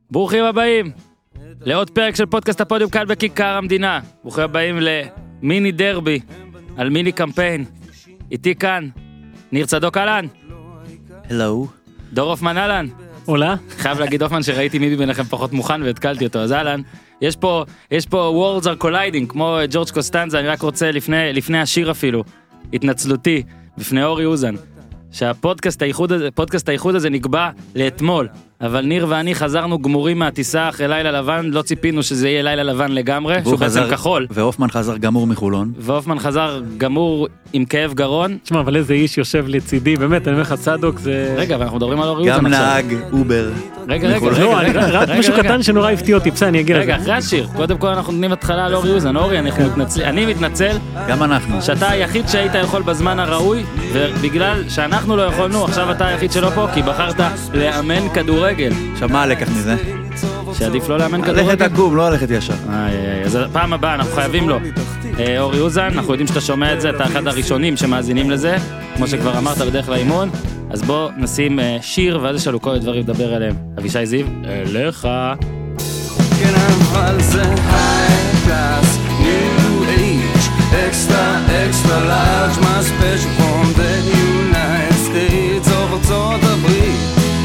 ברוכים הבאים לעוד פרק של פודקאסט הפודיום כאן בכיכר המדינה. ברוכים הבאים למיני דרבי על מיני קמפיין. איתי כאן ניר צדוק אהלן. הלו. דור הופמן אהלן. עולה. חייב להגיד הופמן שראיתי מי ביניכם פחות מוכן והתקלתי אותו, אז אהלן. יש פה worlds are colliding כמו ג'ורג' קוסטנזה. אני רק רוצה לפני השיר אפילו התנצלותי בפני אורי אוזן שהפודקאסט האיחוד הזה נקבע לאתמול, אבל ניר ואני חזרנו גמורים מהטיסה אחרי לילה לבן, לא ציפינו שזה יהיה לילה לבן לגמרי, שהוא בעצם כחול. והופמן חזר גמור מחולון. והופמן חזר גמור עם כאב גרון. תשמע, אבל איזה איש יושב לצידי, באמת, אני אומר לך צדוק, זה... רגע, ואנחנו מדברים על אורי אוזן גם עכשיו. נהג אובר. רגע. רק משהו קטן שנורא הפתיע אותי, בסדר, אני אגיע לזה. רגע, אחרי השיר, קודם כל אנחנו נותנים התחלה על אורי אוזן. אורי, אני מתנצל. גם אנחנו. שאתה היחיד שהיית יכול בזמן הראוי, ובגלל שאנחנו לא יכולנו, עכשיו אתה היחיד שלא פה, כי בחרת לאמן כדורגל. עכשיו מה הלקח מזה? שעדיף לא לאמן כדורגל. ללכת עקום, לא ללכת ישר. אז פעם הבאה אנחנו חייבים לו. אורי אוזן, אנחנו יודעים שאתה שומע את זה, אתה אחד הראשונים שמאזינים לזה, כמו שכבר אמרת בדרך לאימון, אז בוא נשים שיר, ואז יש לנו כל דברים לדבר עליהם. אבישי זיו, אליך. כן, אבל זה high class, new age, extra large, my special from the United States of ארצות הברית.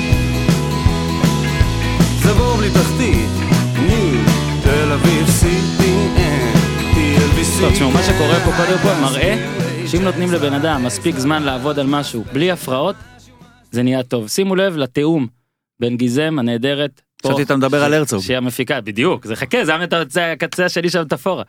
זה בור בלי תחתית, new, תל אביב, CPN, TLBC. טוב, תשמעו, מה שקורה פה קודם כל מראה שאם נותנים לבן אדם מספיק זמן לעבוד על משהו בלי הפרעות, זה נהיה טוב. שימו לב לתאום בין גיזם הנהדרת. חשבתי אתה מדבר על הרצוג. שהיא המפיקה, בדיוק, זה חכה, זה הקצה השני של המטאפורה.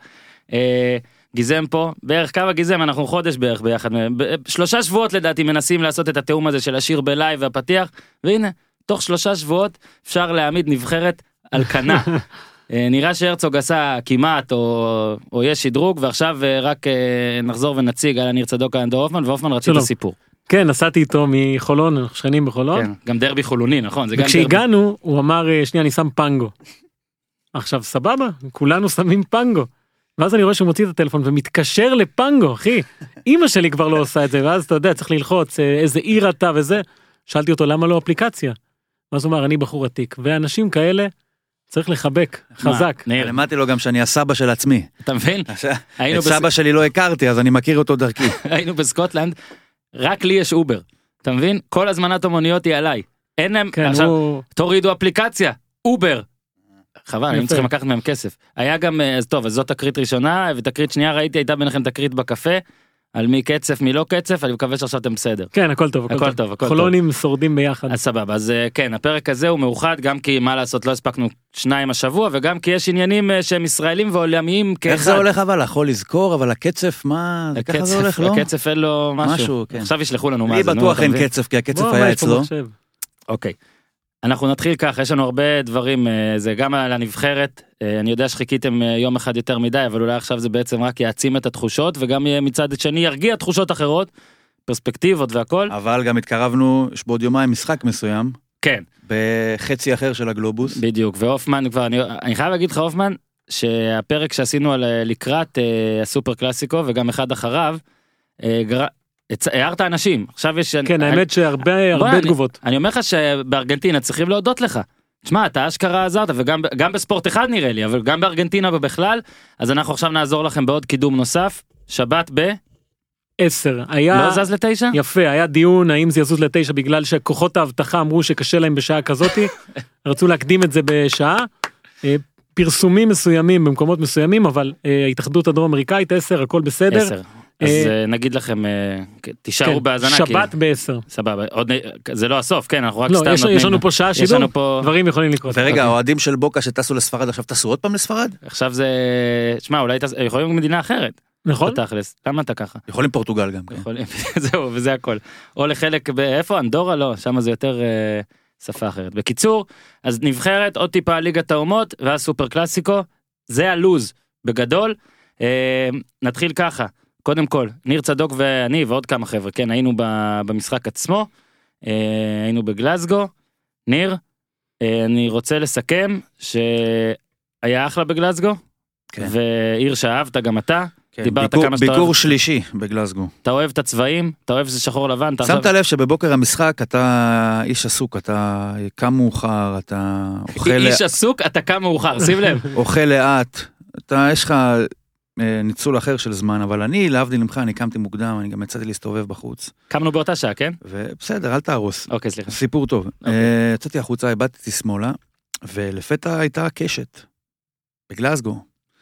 גיזם פה, בערך כמה גיזם, אנחנו חודש בערך ביחד, 3 שבועות לדעתי מנסים לעשות את התאום הזה של השיר בלייב והפתיח, והנה, תוך 3 שבועות אפשר להעמיד נבחרת על קנה. נראה שהרצוג עשה כמעט, או יש שדרוג, ועכשיו רק נחזור ונציג על ניר צדוק על דור הופמן, והופמן רצית סיפור. כן, נסעתי איתו מחולון, אנחנו שכנים בחולון. כן, גם דרבי חולוני, נכון? וכשהגענו, הוא אמר, שנייה, אני שם פנגו. עכשיו, סבבה, כולנו שמים פנגו. ואז אני רואה שהוא מוציא את הטלפון ומתקשר לפנגו, אחי. אמא שלי כבר לא עושה את זה, ואז אתה יודע, צריך ללחוץ איזה עיר אתה וזה. שאלתי אותו, למה לא אפליקציה? ואז הוא אמר, אני בחור עתיק, ואנשים כאלה צריך לחבק, חזק. למדתי לו גם שאני הסבא של עצמי. אתה מבין? את סבא שלי לא הכרתי, אז אני מכיר אותו דרכי. היינו בסקוטלנד, רק לי יש אובר. אתה מבין? כל הזמנת המוניות היא עליי. אין להם, עכשיו, תורידו אפליקציה, אובר. חבל, הם צריכים לקחת מהם כסף. היה גם, אז טוב, אז זאת תקרית ראשונה, ותקרית שנייה ראיתי, הייתה ביניכם תקרית בקפה, על מי קצף, מי לא קצף, אני מקווה שעכשיו אתם בסדר. כן, הכל טוב, הכל טוב. חולונים שורדים ביחד. אז סבבה, אז כן, הפרק הזה הוא מאוחד, גם כי מה לעשות, לא הספקנו 2 השבוע, וגם כי יש עניינים שהם ישראלים ועולמיים כאחד. איך זה הולך אבל? יכול לזכור, אבל הקצף, מה? ככה זה הולך, לא? הקצף אין לו משהו. עכשיו ישלחו לנו מה לי זה. בטוח אין קצף, כי הקצף היה אצלו. אוקיי. אנחנו נתחיל כך, יש לנו הרבה דברים, זה גם על הנבחרת, אני יודע שחיכיתם יום אחד יותר מדי, אבל אולי עכשיו זה בעצם רק יעצים את התחושות, וגם מצד שני ירגיע תחושות אחרות, פרספקטיבות והכל. אבל גם התקרבנו, יש בעוד יומיים משחק מסוים. כן. בחצי אחר של הגלובוס. בדיוק, והופמן כבר, אני חייב להגיד לך הופמן, שהפרק שעשינו על לקראת הסופר קלאסיקו, וגם אחד אחריו, הערת אנשים, עכשיו יש... כן, האמת שהרבה תגובות. אני אומר לך שבארגנטינה צריכים להודות לך. תשמע, אתה אשכרה עזרת, וגם בספורט אחד נראה לי, אבל גם בארגנטינה ובכלל, אז אנחנו עכשיו נעזור לכם בעוד קידום נוסף, שבת 10. לא זז 9? יפה, היה דיון האם זה יזוז 9 בגלל שכוחות האבטחה אמרו שקשה להם בשעה כזאת, רצו להקדים את זה בשעה, פרסומים מסוימים במקומות מסוימים, אבל ההתאחדות הדרום אמריקאית 10, הכל בסדר. 10. אז נגיד לכם, תישארו בהאזנה. שבת ב10. סבבה, זה לא הסוף, כן, אנחנו רק סתם נותנים. יש לנו פה שעה שידור, דברים יכולים לקרות. ורגע, האוהדים של בוקה שטסו לספרד, עכשיו טסו עוד פעם לספרד? עכשיו זה, שמע, אולי יכולים במדינה אחרת. נכון. בתכלס, למה אתה ככה? יכולים פורטוגל גם. זהו, וזה הכל. או לחלק, איפה? אנדורה? לא, שם זה יותר שפה אחרת. בקיצור, אז נבחרת, עוד טיפה ליגת האומות, ואז סופר קלאסיקו, זה הלוז, בגדול. נתחיל ככה. קודם כל, ניר צדוק ואני ועוד כמה חבר'ה, כן, היינו במשחק עצמו, היינו בגלזגו. ניר, אני רוצה לסכם שהיה אחלה בגלזגו, כן. ועיר שאהבת גם אתה. דיברת כמה שאתה ביקור אוהב. שלישי בגלזגו. אתה אוהב את הצבעים, אתה אוהב שזה שחור לבן, אתה שמת לב שבבוקר המשחק אתה איש עסוק, אתה קם מאוחר, אתה איש עסוק, אתה קם מאוחר, שים לב. אוכל לאט, יש לך ניצול אחר של זמן, אבל אני, להבדיל ממך, אני קמתי מוקדם, אני גם יצאתי להסתובב בחוץ. קמנו באותה שעה, כן? ובסדר, אל תהרוס. אוקיי, סליחה. סיפור טוב. יצאתי החוצה, הבטתי שמאלה, ולפתע הייתה קשת, בגלזגו.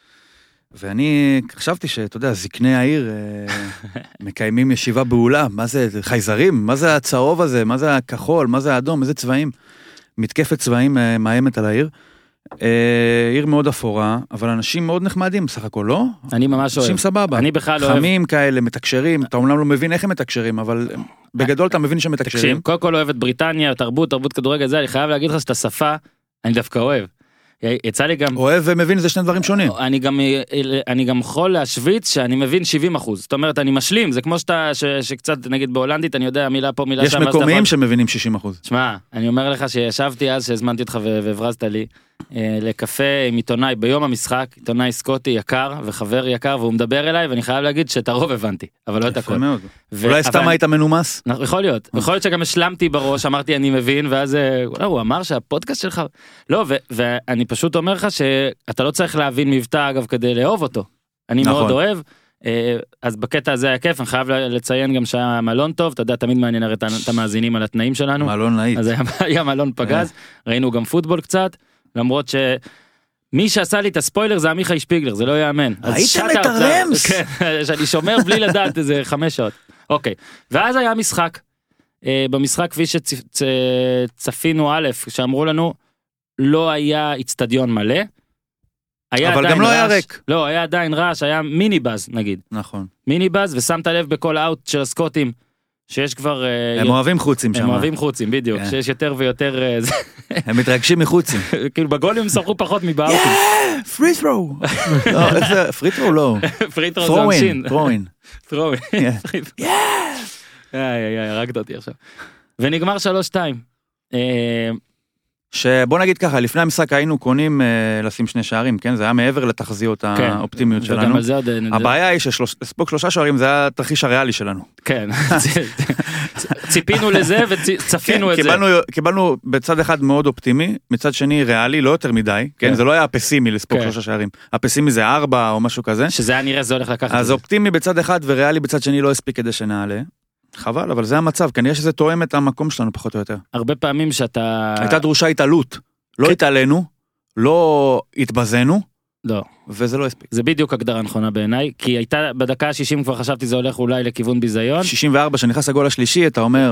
ואני חשבתי שאתה יודע, זקני העיר מקיימים ישיבה בעולה, מה זה חייזרים? מה זה הצהוב הזה? מה זה הכחול? מה זה האדום? איזה צבעים? מתקפת צבעים מאיימת על העיר. עיר מאוד אפורה, אבל אנשים מאוד נחמדים בסך הכל, לא? אני ממש אוהב. אנשים סבבה. אני בכלל לא אוהב. חמים כאלה, מתקשרים, אתה אומנם לא מבין איך הם מתקשרים, אבל בגדול אתה מבין שהם מתקשרים. תקשיב, קודם כל אוהב את בריטניה, תרבות כדורגל, זה, אני חייב להגיד לך שאת השפה, אני דווקא אוהב. יצא לי גם... אוהב ומבין, זה שני דברים שונים. אני גם יכול להשוויץ שאני מבין 70%. זאת אומרת, אני משלים, זה כמו שקצת, נגיד בהולנדית, אני יודע מילה פה, מילה שם. יש מקומיים שמבינים 60%. שמע, אני אומר לך שישבתי אז, שהזמנתי אותך והברזת לי, לקפה עם עיתונאי ביום המשחק, עיתונאי סקוטי יקר וחבר יקר, והוא מדבר אליי, ואני חייב להגיד שאת הרוב הבנתי, אבל לא את הכל. אולי סתם היית מנומס? יכול להיות שגם השלמתי בראש, אמרתי אני מבין, ואז הוא אמר שהפודקאסט שלך, לא, ואני פשוט אומר לך שאתה לא צריך להבין מבטא אגב כדי לאהוב אותו, אני מאוד אוהב, אז בקטע הזה היה כיף, אני חייב לציין גם שהיה מלון טוב, אתה יודע, תמיד מעניין הרי את המאזינים על התנאים שלנו, מלון נאית. אז היה מלון פגז, ראינו גם פוטבול קצת, למרות שמי שעשה לי את הספוילר זה עמיחי שפיגלר, זה לא יאמן. הייתם את הרמס? כן, שאני שומר בלי לדעת איזה 5 שעות. אוקיי, ואז היה משחק, במשחק כפי שצפינו א', שאמרו לנו, לא היה אצטדיון מלא, אבל גם לא היה ריק. לא, היה עדיין רעש, היה מיני באז נגיד. נכון. מיני באז, ושמת לב בכל האוט של הסקוטים, שיש כבר... הם אוהבים חוצים שם. הם אוהבים חוצים, בדיוק, שיש יותר ויותר... הם מתרגשים מחוצים. כאילו בגולים הם שרחו פחות מבאוטים. פרי ת'רו. לא, איך זה? פרי ת'רו לא. פרי ת'רו זה אנשים. ת'רווין. ת'רווין. הרגת אותי עכשיו. ונגמר 3-2. שבוא נגיד ככה, לפני המשחק היינו קונים לשים 2 שערים, כן? זה היה מעבר לתחזיות האופטימיות שלנו. הבעיה היא שספוק 3 שערים זה היה התרחיש הריאלי שלנו. כן, ציפינו לזה וצפינו את זה. קיבלנו בצד אחד מאוד אופטימי, מצד שני ריאלי, לא יותר מדי, כן? זה לא היה פסימי לספוק 3 שערים. הפסימי זה 4 או משהו כזה. שזה היה נראה זה הולך לקחת. אז אופטימי בצד אחד וריאלי בצד שני לא הספיק כדי שנעלה. חבל, אבל זה המצב, כנראה שזה תואם את המקום שלנו פחות או יותר. הרבה פעמים שאתה... הייתה דרושה התעלות, לא התעלנו, לא התבזנו, לא. וזה לא הספיק. זה בדיוק הגדרה נכונה בעיניי, כי הייתה בדקה ה-60 כבר חשבתי זה הולך אולי לכיוון ביזיון. 64 שנכנס הגול השלישי, אתה אומר,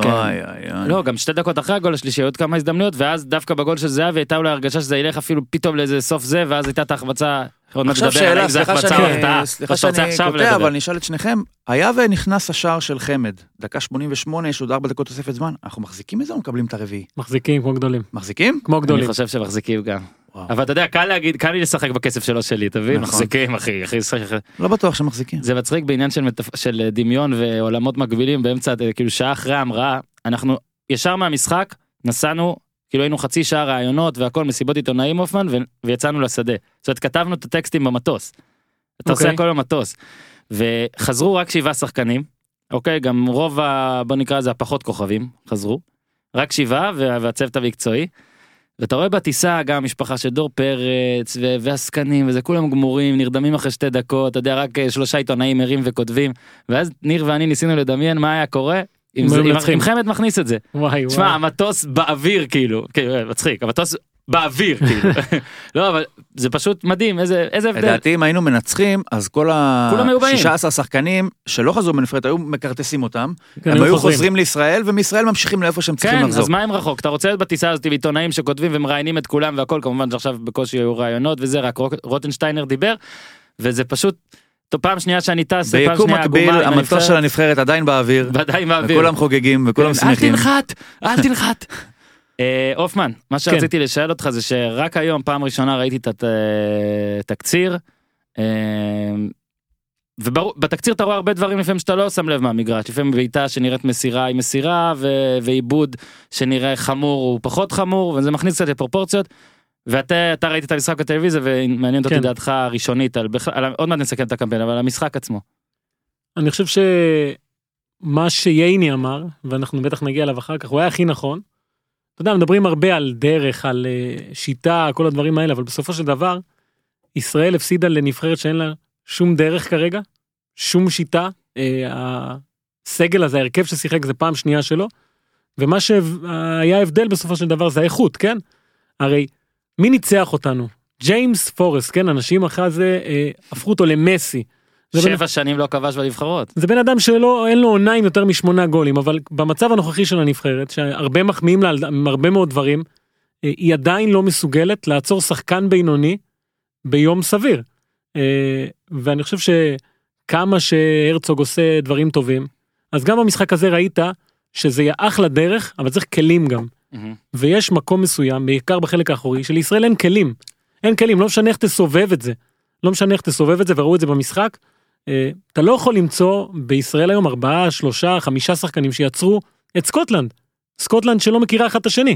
לא, גם 2 דקות אחרי הגול השלישי, עוד כמה הזדמנויות, ואז דווקא בגול של זהבי הייתה אולי הרגשה שזה ילך אפילו פתאום לאיזה סוף זה, ואז הייתה את ההחבצה. עכשיו שאלה, סליחה שאני קוטע, אבל נשאל את שניכם, היה ונכנס השער של חמד, דקה 88, יש עוד 4 דקות תוספת זמן, אנחנו מחזיקים את זה או מקבלים את הרביעי? מחזיקים כמו גדולים. מחזיקים? כמו גדולים. אני חושב שמחזיקים גם. אבל אתה יודע, קל לי לשחק בכסף שלו שלי, תבין? מחזיקים, אחי. לא בטוח שמחזיקים. זה מצחיק בעניין של דמיון ועולמות מקבילים, באמצע, כאילו שעה אחרי המראה, אנחנו ישר מהמשחק, נסענו, כאילו היינו חצי שעה רעיונות והכל מסיבות עיתונאים אופמן, ויצאנו לשדה. זאת אומרת, כתבנו את הטקסטים במטוס. אתה עושה הכל במטוס. וחזרו רק 7 שחקנים, אוקיי? גם רוב, בוא נקרא לזה, הפחות כוכבים, חזרו. רק 7 והצוות המקצועי. ואתה רואה בטיסה גם המשפחה של דור פרץ והסקנים, וזה כולם גמורים, נרדמים אחרי 2 דקות, אתה יודע, רק 3 עיתונאים מרים וכותבים. ואז ניר ואני ניסינו לדמיין מה היה קורה, אם חמד מכניס את זה. תשמע, המטוס באוויר כאילו, מצחיק, המטוס באוויר כאילו. לא, אבל זה פשוט מדהים, איזה הבדל. לדעתי אם היינו מנצחים, אז כל ה-16 שחקנים שלא חזרו בנפרד, היו מקרטסים אותם, הם היו חוזרים לישראל, ומישראל ממשיכים לאיפה שהם צריכים לחזור. כן, אז מה הם רחוק? אתה רוצה להיות בטיסה הזאת ועיתונאים שכותבים ומראיינים את כולם והכל, כמובן שעכשיו בקושי היו רעיונות וזה, רק רוטנשטיינר דיבר, וזה פשוט... פעם שנייה שאני טס, פעם שנייה מקביל, המטוס של הנבחרת עדיין באוויר, וכולם חוגגים, וכולם שמחים. אל תנחת. אופמן, מה שרציתי לשאול אותך זה שרק היום, פעם ראשונה ראיתי את התקציר, ובתקציר אתה רואה הרבה דברים לפעמים שאתה לא שם לב מהמגרש, לפעמים בעיטה שנראית מסירה היא מסירה, ועיבוד שנראה חמור הוא פחות חמור, וזה מכניס קצת לפרופורציות. ואתה ראית את המשחק בטלוויזיה, ומעניין אותי כן. דעתך הראשונית, עוד מעט נסכם את הקמפיין, אבל המשחק עצמו. אני חושב שמה שייני אמר, ואנחנו בטח נגיע אליו אחר כך, הוא היה הכי נכון. אתה יודע, מדברים הרבה על דרך, על שיטה, כל הדברים האלה, אבל בסופו של דבר, ישראל הפסידה לנבחרת שאין לה שום דרך כרגע, שום שיטה, הסגל הזה, ההרכב ששיחק זה פעם שנייה שלו, ומה שהיה הבדל בסופו של דבר זה האיכות, כן? הרי מי ניצח אותנו? ג'יימס פורסט, כן? אנשים אחרי זה הפכו אותו למסי. 7 שנים לא כבש בנבחרות. זה בן אדם שאין לו עונה עם יותר מ8 גולים, אבל במצב הנוכחי של הנבחרת, שהרבה מחמיאים לה על הרבה מאוד דברים, היא עדיין לא מסוגלת לעצור שחקן בינוני ביום סביר. ואני חושב שכמה שהרצוג עושה דברים טובים, אז גם במשחק הזה ראית שזה יהיה אחלה דרך, אבל צריך כלים גם. ויש מקום מסוים, בעיקר בחלק האחורי, שלישראל אין כלים. אין כלים, לא משנה איך תסובב את זה. לא משנה איך תסובב את זה, וראו את זה במשחק. אתה לא יכול למצוא בישראל היום 4, 3, 5 שחקנים שיצרו את סקוטלנד. סקוטלנד שלא מכירה אחד את השני.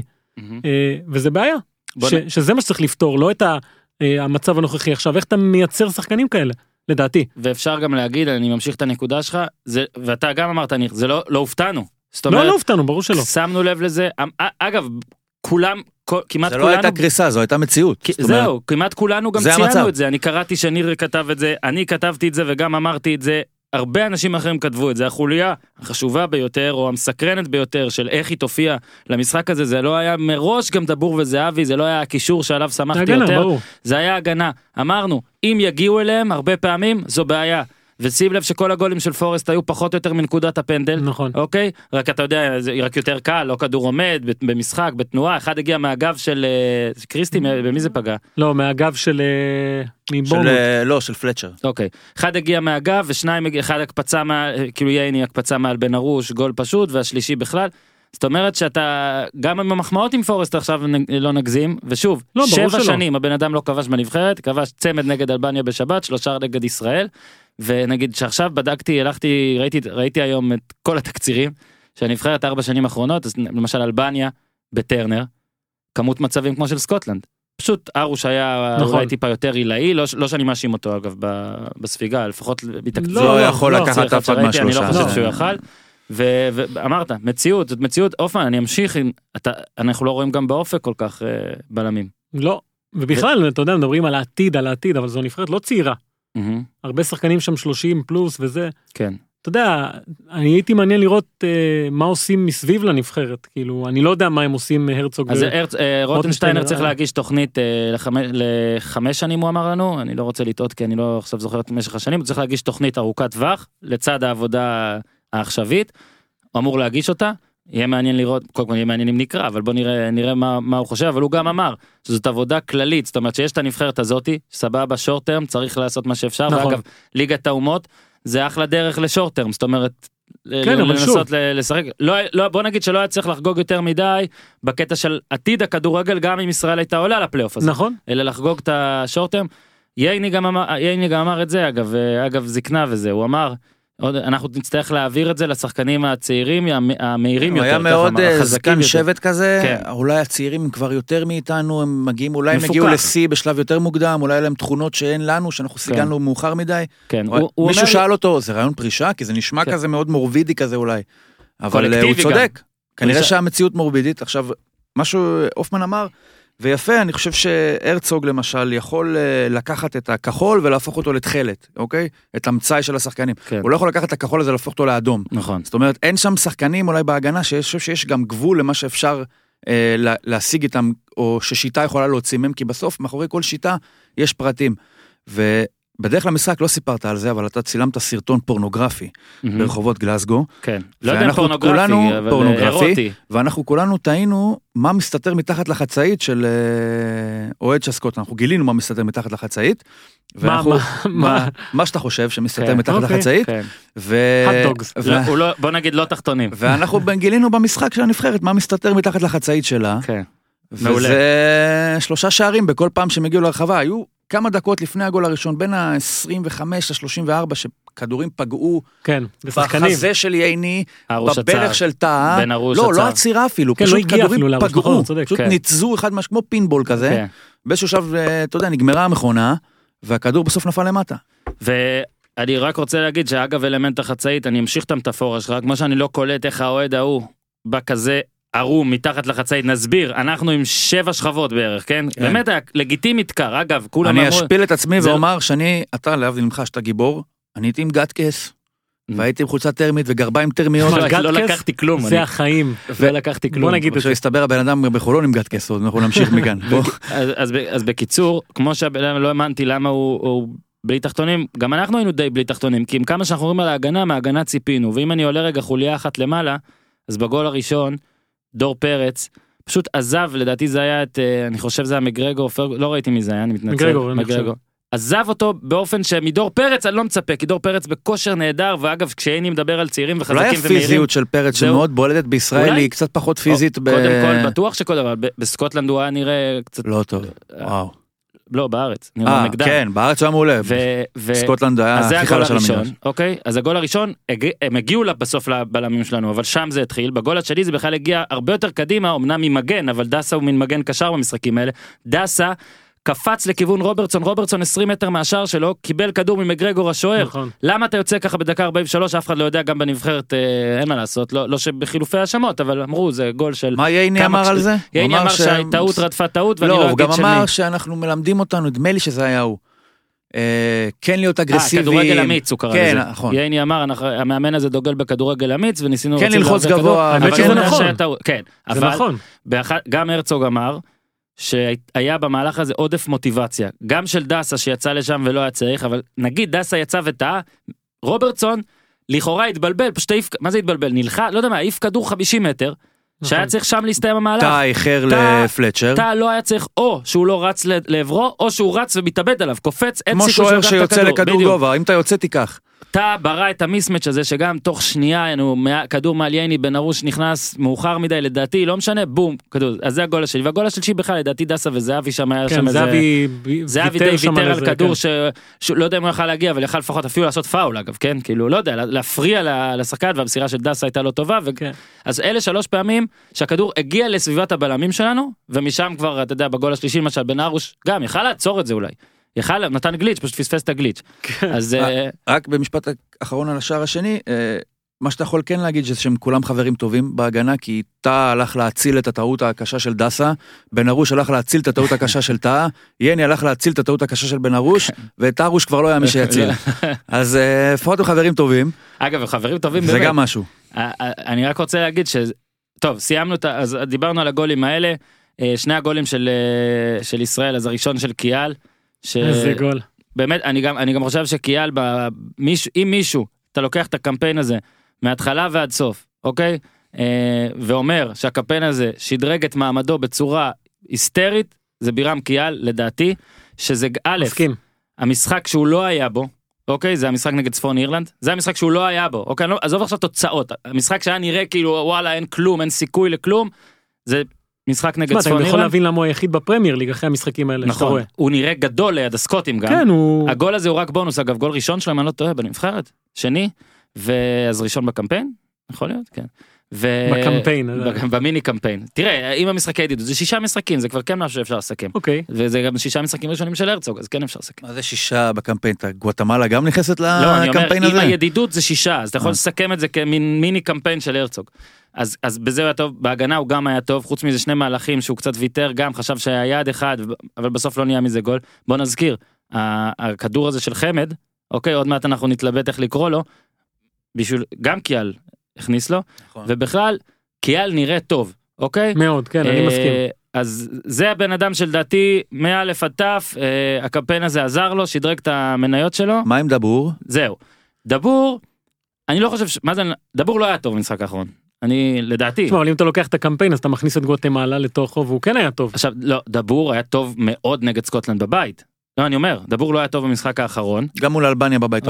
וזה בעיה. שזה מה שצריך לפתור, לא את המצב הנוכחי עכשיו. איך אתה מייצר שחקנים כאלה? לדעתי. ואפשר גם להגיד, אני ממשיך את הנקודה שלך, ואתה גם אמרת, זה לא הופתענו. לא הופתענו, ברור שלא. שמנו לב לזה, אגב, כמעט כולנו... זה לא הייתה קריסה, זו הייתה מציאות. זהו, כמעט כולנו גם ציינו את זה, אני קראתי שניר כתב את זה, אני כתבתי את זה וגם אמרתי את זה, הרבה אנשים אחרים כתבו את זה, החוליה החשובה ביותר, או המסקרנת ביותר, של איך היא תופיע למשחק הזה, זה לא היה מראש גם דבור וזהבי, זה לא היה הקישור שעליו שמחתי יותר, זה היה הגנה. אמרנו, אם יגיעו אליהם, הרבה פעמים, זו בעיה. ושים לב שכל הגולים של פורסט היו פחות או יותר מנקודת הפנדל. נכון. אוקיי? רק אתה יודע, זה רק יותר קל, לא כדור עומד, במשחק, בתנועה, אחד הגיע מהגב של קריסטי, במי זה פגע? לא, מהגב של מבורנות. לא, של פלצ'ר. אוקיי. אחד הגיע מהגב, ושניים, אחד הקפצה, כאילו ייני הקפצה מעל בן ארוש, גול פשוט, והשלישי בכלל. זאת אומרת שאתה, גם עם המחמאות עם פורסט עכשיו לא נגזים, ושוב, 7 שנים הבן אדם לא כבש בנבחרת, כבש צמד נגד אלבניה בשבת, 3 נגד ישראל, ונגיד שעכשיו בדקתי, ראיתי היום את כל התקצירים, שהנבחרת 4 שנים האחרונות, אז למשל אלבניה בטרנר, כמות מצבים כמו של סקוטלנד, פשוט ארוש היה אולי טיפה יותר עילאי, לא שאני מאשים אותו אגב בספיגה, לפחות בתקצירים. לא יכול לקחת אף אחד מהשלושה. אני לא חושב שהוא יכל. ואמרת, מציאות, זאת מציאות, אופן, אני אמשיך, אנחנו לא רואים גם באופק כל כך בלמים. לא, ובכלל, אתה יודע, מדברים על העתיד, אבל זו נבחרת לא צעירה. הרבה שחקנים שם 30 פלוס וזה. כן. אתה יודע, אני הייתי מעניין לראות מה עושים מסביב לנבחרת, כאילו, אני לא יודע מה הם עושים הרצוג. אז רוטנשטיינר צריך להגיש תוכנית ל5 שנים, הוא אמר לנו, אני לא רוצה לטעות, כי אני לא עכשיו זוכר את משך השנים, הוא צריך להגיש תוכנית ארוכת טווח, לצד העבודה העכשווית, הוא אמור להגיש אותה, יהיה מעניין לראות, קודם כל יהיה מעניין אם נקרא, אבל בוא נראה מה הוא חושב, אבל הוא גם אמר, שזאת עבודה כללית, זאת אומרת שיש את הנבחרת הזאתי, סבבה, שורט טרם, צריך לעשות מה שאפשר, נכון. ואגב, ליגת האומות, זה אחלה דרך לשורט טרם, זאת אומרת, כן, לנסות לשחק, בוא נגיד שלא היה צריך לחגוג יותר מדי, בקטע של עתיד הכדורגל, גם אם ישראל הייתה עולה לפלייאוף הזה, נכון. אלא לחגוג את השורט טרם, ייני גם אמר את זה, אגב זקנה וזה, הוא אמר, אנחנו נצטרך להעביר את זה לשחקנים הצעירים המהירים יותר. היה מאוד זקן שבט כזה, אולי הצעירים כבר יותר מאיתנו, הם מגיעים, אולי הם הגיעו לשיא בשלב יותר מוקדם, אולי להם תכונות שאין לנו, שאנחנו סיגלנו מאוחר מדי. מישהו שאל אותו, זה רעיון פרישה? כי זה נשמע כזה מאוד מורבידי כזה אולי. אבל הוא צודק, כנראה שהמציאות מורבידית. עכשיו, משהו אופמן אמר, ויפה, אני חושב שהרצוג למשל יכול לקחת את הכחול ולהפוך אותו לתכלת, אוקיי? את המצאי של השחקנים. כן. הוא לא יכול לקחת את הכחול הזה ולהפוך אותו לאדום. נכון. זאת אומרת, אין שם שחקנים אולי בהגנה שיש גם גבול למה שאפשר להשיג איתם, או ששיטה יכולה להוציא מהם, כי בסוף מאחורי כל שיטה יש פרטים. בדרך למשחק לא סיפרת על זה, אבל אתה צילמת סרטון פורנוגרפי ברחובות גלסגו. כן. לא יודע פורנוגרפי, אבל אירוטי. ואנחנו כולנו טעינו מה מסתתר מתחת לחצאית של אוהד של סקוטלנד. אנחנו גילינו מה מסתתר מתחת לחצאית. מה שאתה חושב שמסתתר מתחת לחצאית. בוא נגיד לא תחתונים. ואנחנו גילינו במשחק של הנבחרת מה מסתתר מתחת לחצאית שלה. וזה 3 שערים בכל פעם שהם הגיעו לרחבה. היו כמה דקות לפני הגול הראשון, בין ה-25 ל-34, שכדורים פגעו בחזה של ייני, בברך של תא, לא עצירה אפילו, פשוט כדורים פגעו, פשוט ניצזו אחד משהו, כמו פינבול כזה, באיזשהו שלב, אתה יודע, נגמרה המכונה, והכדור בסוף נפל למטה. ואני רק רוצה להגיד שאגב אלמנט החצאית, אני אמשיך את המטאפורה שלך, כמו שאני לא קולט איך האוהד ההוא, בכזה ערום מתחת לחצאית, נסביר, אנחנו עם 7 שכבות בערך, כן? באמת היה לגיטימית קר, אגב, כולם אמרו... אני אשפיל את עצמי ואומר שאני, אתה להבדיל ממך שאתה גיבור, אני הייתי עם גטקס, והייתי עם חולצה טרמית וגרביים טרמיות. לא לקחתי כלום. זה החיים. לא לקחתי כלום. בוא נגיד את זה. עכשיו הסתבר הבן אדם בחולון עם גטקס, אנחנו נמשיך מכאן. אז בקיצור, כמו שלא האמנתי למה הוא בלי תחתונים, גם אנחנו היינו די בלי תחתונים, כי עם כמה שאנחנו רואים על ההגנה, מההגנה ציפינו, ואם אני עולה רגע חוליה אחת למעלה, אז בגול הראשון, דור פרץ, פשוט עזב, לדעתי זה היה את, אני חושב זה היה מגרגו, לא ראיתי מי זה היה, אני מתנצל. מגרגו. עזב אותו באופן שמדור פרץ אני לא מצפה, כי דור פרץ בכושר נהדר, ואגב כשאיני מדבר על צעירים וחזקים ומהירים. אולי הפיזיות של פרץ שמאוד בולדת בישראל היא קצת פחות פיזית. קודם כל בטוח שכל דבר, בסקוטלנד הוא היה נראה קצת... לא טוב, וואו. לא, בארץ. כן, בארץ היה מעולה. סקוטלנד היה הכי חלש על המגרש. אוקיי, אז הגול הראשון, הם הגיעו בסוף לבלמים שלנו, אבל שם זה התחיל. בגול השני זה בכלל הגיע הרבה יותר קדימה, אמנם ממגן, אבל דסה הוא מן מגן קשר במשחקים האלה. דסה קפץ לכיוון רוברטסון 20 מטר מהשער שלו, קיבל כדור ממגרגור השוער. נכון. למה אתה יוצא ככה בדקה 43? אף אחד לא יודע, גם בנבחרת אין מה לעשות, לא שבחילופי השמות, אבל אמרו, זה גול של... מה ייני אמר על זה? ייני אמר שהטעות רדפה טעות, ואני לא לא אגיד הוא גם אמר שאנחנו מלמדים אותנו, נדמה לי שזה היה הוא. כן להיות אגרסיבי. כדורגל אמיץ הוא קרא לזה. כן, נכון. ייני אמר, המאמן הזה דוגל בכדורגל אמיץ, וניסינו... כן ללחוץ גבוה. האמת שזה נכון. כן, זה נכון. גם הרצוג אמר, שהיה במהלך הזה עודף מוטיבציה, גם של דסה שיצא לשם ולא היה צריך, אבל נגיד דסה יצא וטעה, רוברטסון לכאורה התבלבל, פשוט מה זה התבלבל? נלחה, לא יודע מה, העיף כדור 50 מטר, שהיה צריך שם להסתיים המהלך. טעה איחר לפלצ'ר. טעה לא היה צריך, או שהוא לא רץ לעברו, או שהוא רץ ומתאבד עליו, קופץ, אין סיכוי שהוא לקח את הכדור. כמו שוער שיוצא לכדור גובה, אם אתה יוצא תיקח. טעה ברא את המיסמץ' הזה שגם תוך שנייה כדור מעל ייני בן ארוש נכנס מאוחר מדי לדעתי לא משנה בום כדור אז זה הגול השני והגול השלישי בכלל לדעתי דסה וזהבי שם היה שם איזה זהבי די ויתר על כדור שלא יודע אם הוא יכל להגיע אבל יכל לפחות אפילו לעשות פאול אגב כן כאילו לא יודע להפריע לשחקן והמסירה של דסה הייתה לא טובה אז אלה 3 פעמים שהכדור הגיע לסביבת הבלמים שלנו ומשם כבר אתה יודע בגול השלישי למשל בן ארוש גם יכל לעצור את זה אולי יכל, נתן גליץ', פשוט פספס את הגליץ'. אז... רק במשפט האחרון על השער השני, מה שאתה יכול כן להגיד שהם כולם חברים טובים בהגנה, כי טאה הלך להציל את הטעות הקשה של דסה, בן ארוש הלך להציל את הטעות הקשה של טאה, ייני הלך להציל את הטעות הקשה של בן ארוש, ואת ארוש כבר לא היה מי שיציל. אז לפחות הם חברים טובים. אגב, חברים טובים באמת. זה גם משהו. אני רק רוצה להגיד טוב, סיימנו, אז דיברנו על הגולים האלה, 2 הגולים של ישראל, אז הראשון של קיאל, איזה גול. באמת, אני גם חושב שקיאל, אם מישהו, אתה לוקח את הקמפיין הזה, מההתחלה ועד סוף, אוקיי? ואומר שהקמפיין הזה שדרג את מעמדו בצורה היסטרית, זה בירם קיאל, לדעתי, שזה א', המשחק שהוא לא היה בו, אוקיי? זה המשחק נגד צפון אירלנד, זה המשחק שהוא לא היה בו, אוקיי? עזוב עכשיו תוצאות, המשחק שהיה נראה כאילו, וואלה, אין כלום, אין סיכוי לכלום, זה... משחק נגד צפון אירלנד. אתה יכול להבין למה הוא היחיד בפרמייר ליג אחרי המשחקים האלה. נכון, הוא נראה גדול ליד הסקוטים גם. כן, הוא... הגול הזה הוא רק בונוס, אגב, גול ראשון שלו, אם אני לא טועה, בנבחרת, שני, ואז ראשון בקמפיין, יכול להיות, כן. בקמפיין. במיני קמפיין. תראה, אם המשחקי ידידות, זה 6 משחקים, זה כבר כן משהו שאפשר לסכם. אוקיי. וזה גם 6 משחקים ראשונים של הרצוג, אז כן אפשר לסכם. מה זה 6 בקמפיין? גואטמלה גם נכנסת לקמפיין הזה? לא, אני אומר, אם הידידות זה 6, אז אתה יכול לסכם את זה כמין מיני קמפיין של הרצוג. אז בזה הוא היה טוב, בהגנה הוא גם היה טוב, חוץ מזה 2 מהלכים שהוא קצת ויתר, גם חשב שהיה יד אחד, אבל בסוף לא נהיה מזה גול. בוא נזכיר, הכדור הזה של חמד, אוקיי, עוד מעט אנחנו נתלבט איך לקרוא לו, בשביל, גם קיאל הכניס לו, ובכלל, קיאל נראה טוב, אוקיי? מאוד, כן, אני מסכים. אז זה הבן אדם של דעתי, מאלף עד תף, הקמפיין הזה עזר לו, שדרג את המניות שלו. מה עם דבור? זהו. דבור, אני לא חושב, מה זה, דבור לא היה טוב במשחק האחרון. אני, לדעתי. תשמע, אבל אם אתה לוקח את הקמפיין, אז אתה מכניס את גואטמלה לתוכו, והוא כן היה טוב. עכשיו, לא, דבור היה טוב מאוד נגד סקוטלנד בבית. לא, אני אומר, דבור לא היה טוב במשחק האחרון. גם מול אלבניה בבית,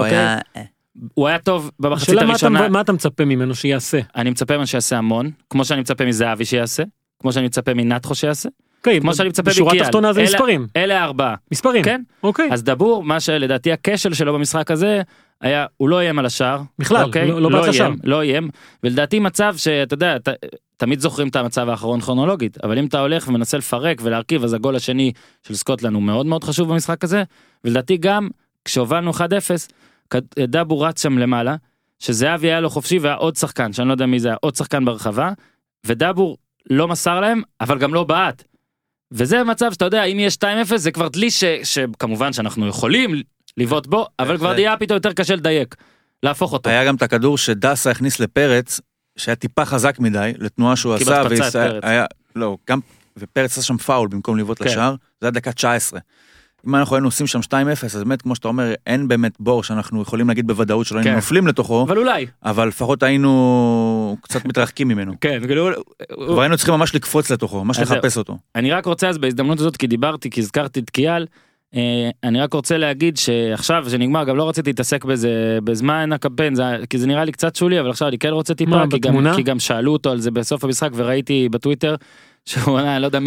הוא היה טוב במחצית הראשונה. מה אתה מצפה ממנו שיעשה? אני מצפה ממנו שיעשה המון, כמו שאני מצפה מזהבי שיעשה, כמו שאני מצפה מנתחו שיעשה, כמו שאני מצפה בקיאל. בשורה תחתונה זה מספרים. אלה 4. מספרים. כן? אוקיי. אז דבור, מה שלדעתי הכשל שלו במשחק הזה, הוא לא איים על השאר. בכלל, אוקיי? לא באת לשם. לא איים, ולדעתי מצב שאתה יודע, תמיד זוכרים את המצב האחרון כרונולוגית, אבל אם אתה הולך ומנסה לפרק ולהרכיב, אז הגול השני של סקוטלנד הוא מאוד מאוד חשוב במשחק הזה, ולדעתי גם כשהובלנו 1-0, דאבו רץ שם למעלה, שזהבי היה לו חופשי והיה עוד שחקן, שאני לא יודע מי זה, עוד שחקן ברחבה, ודאבו לא מסר להם, אבל גם לא בעט. וזה מצב שאתה יודע, אם יש 2-0, זה כבר דלי שכמובן שאנחנו יכולים לבעוט בו, אבל כבר דיה פתאום יותר קשה לדייק, להפוך אותו. היה גם את הכדור שדסה הכניס לפרץ, שהיה טיפה חזק מדי, לתנועה שהוא עשה, ופרץ עשה שם פאול במקום לבעוט לשער, זה היה דקה 19. אם אנחנו היינו עושים שם 2-0, אז באמת, כמו שאתה אומר, אין באמת בור שאנחנו יכולים להגיד בוודאות שלא היינו נופלים לתוכו, אבל אולי. אבל לפחות היינו קצת מתרחקים ממנו. כן, והיינו צריכים ממש לקפוץ לתוכו, ממש לחפש אותו. אני רק רוצה אז בהזדמנות הזאת, כי הזכרתי את קיאל, אני רק רוצה להגיד שעכשיו שנגמר, גם לא רציתי להתעסק בזה בזמן הקמפיין, כי זה נראה לי קצת שולי, אבל עכשיו אני כן רוצה טיפה, כי גם שאלו אותו על זה בסוף המשחק, וראיתי בטוויטר, שהוא לא יודע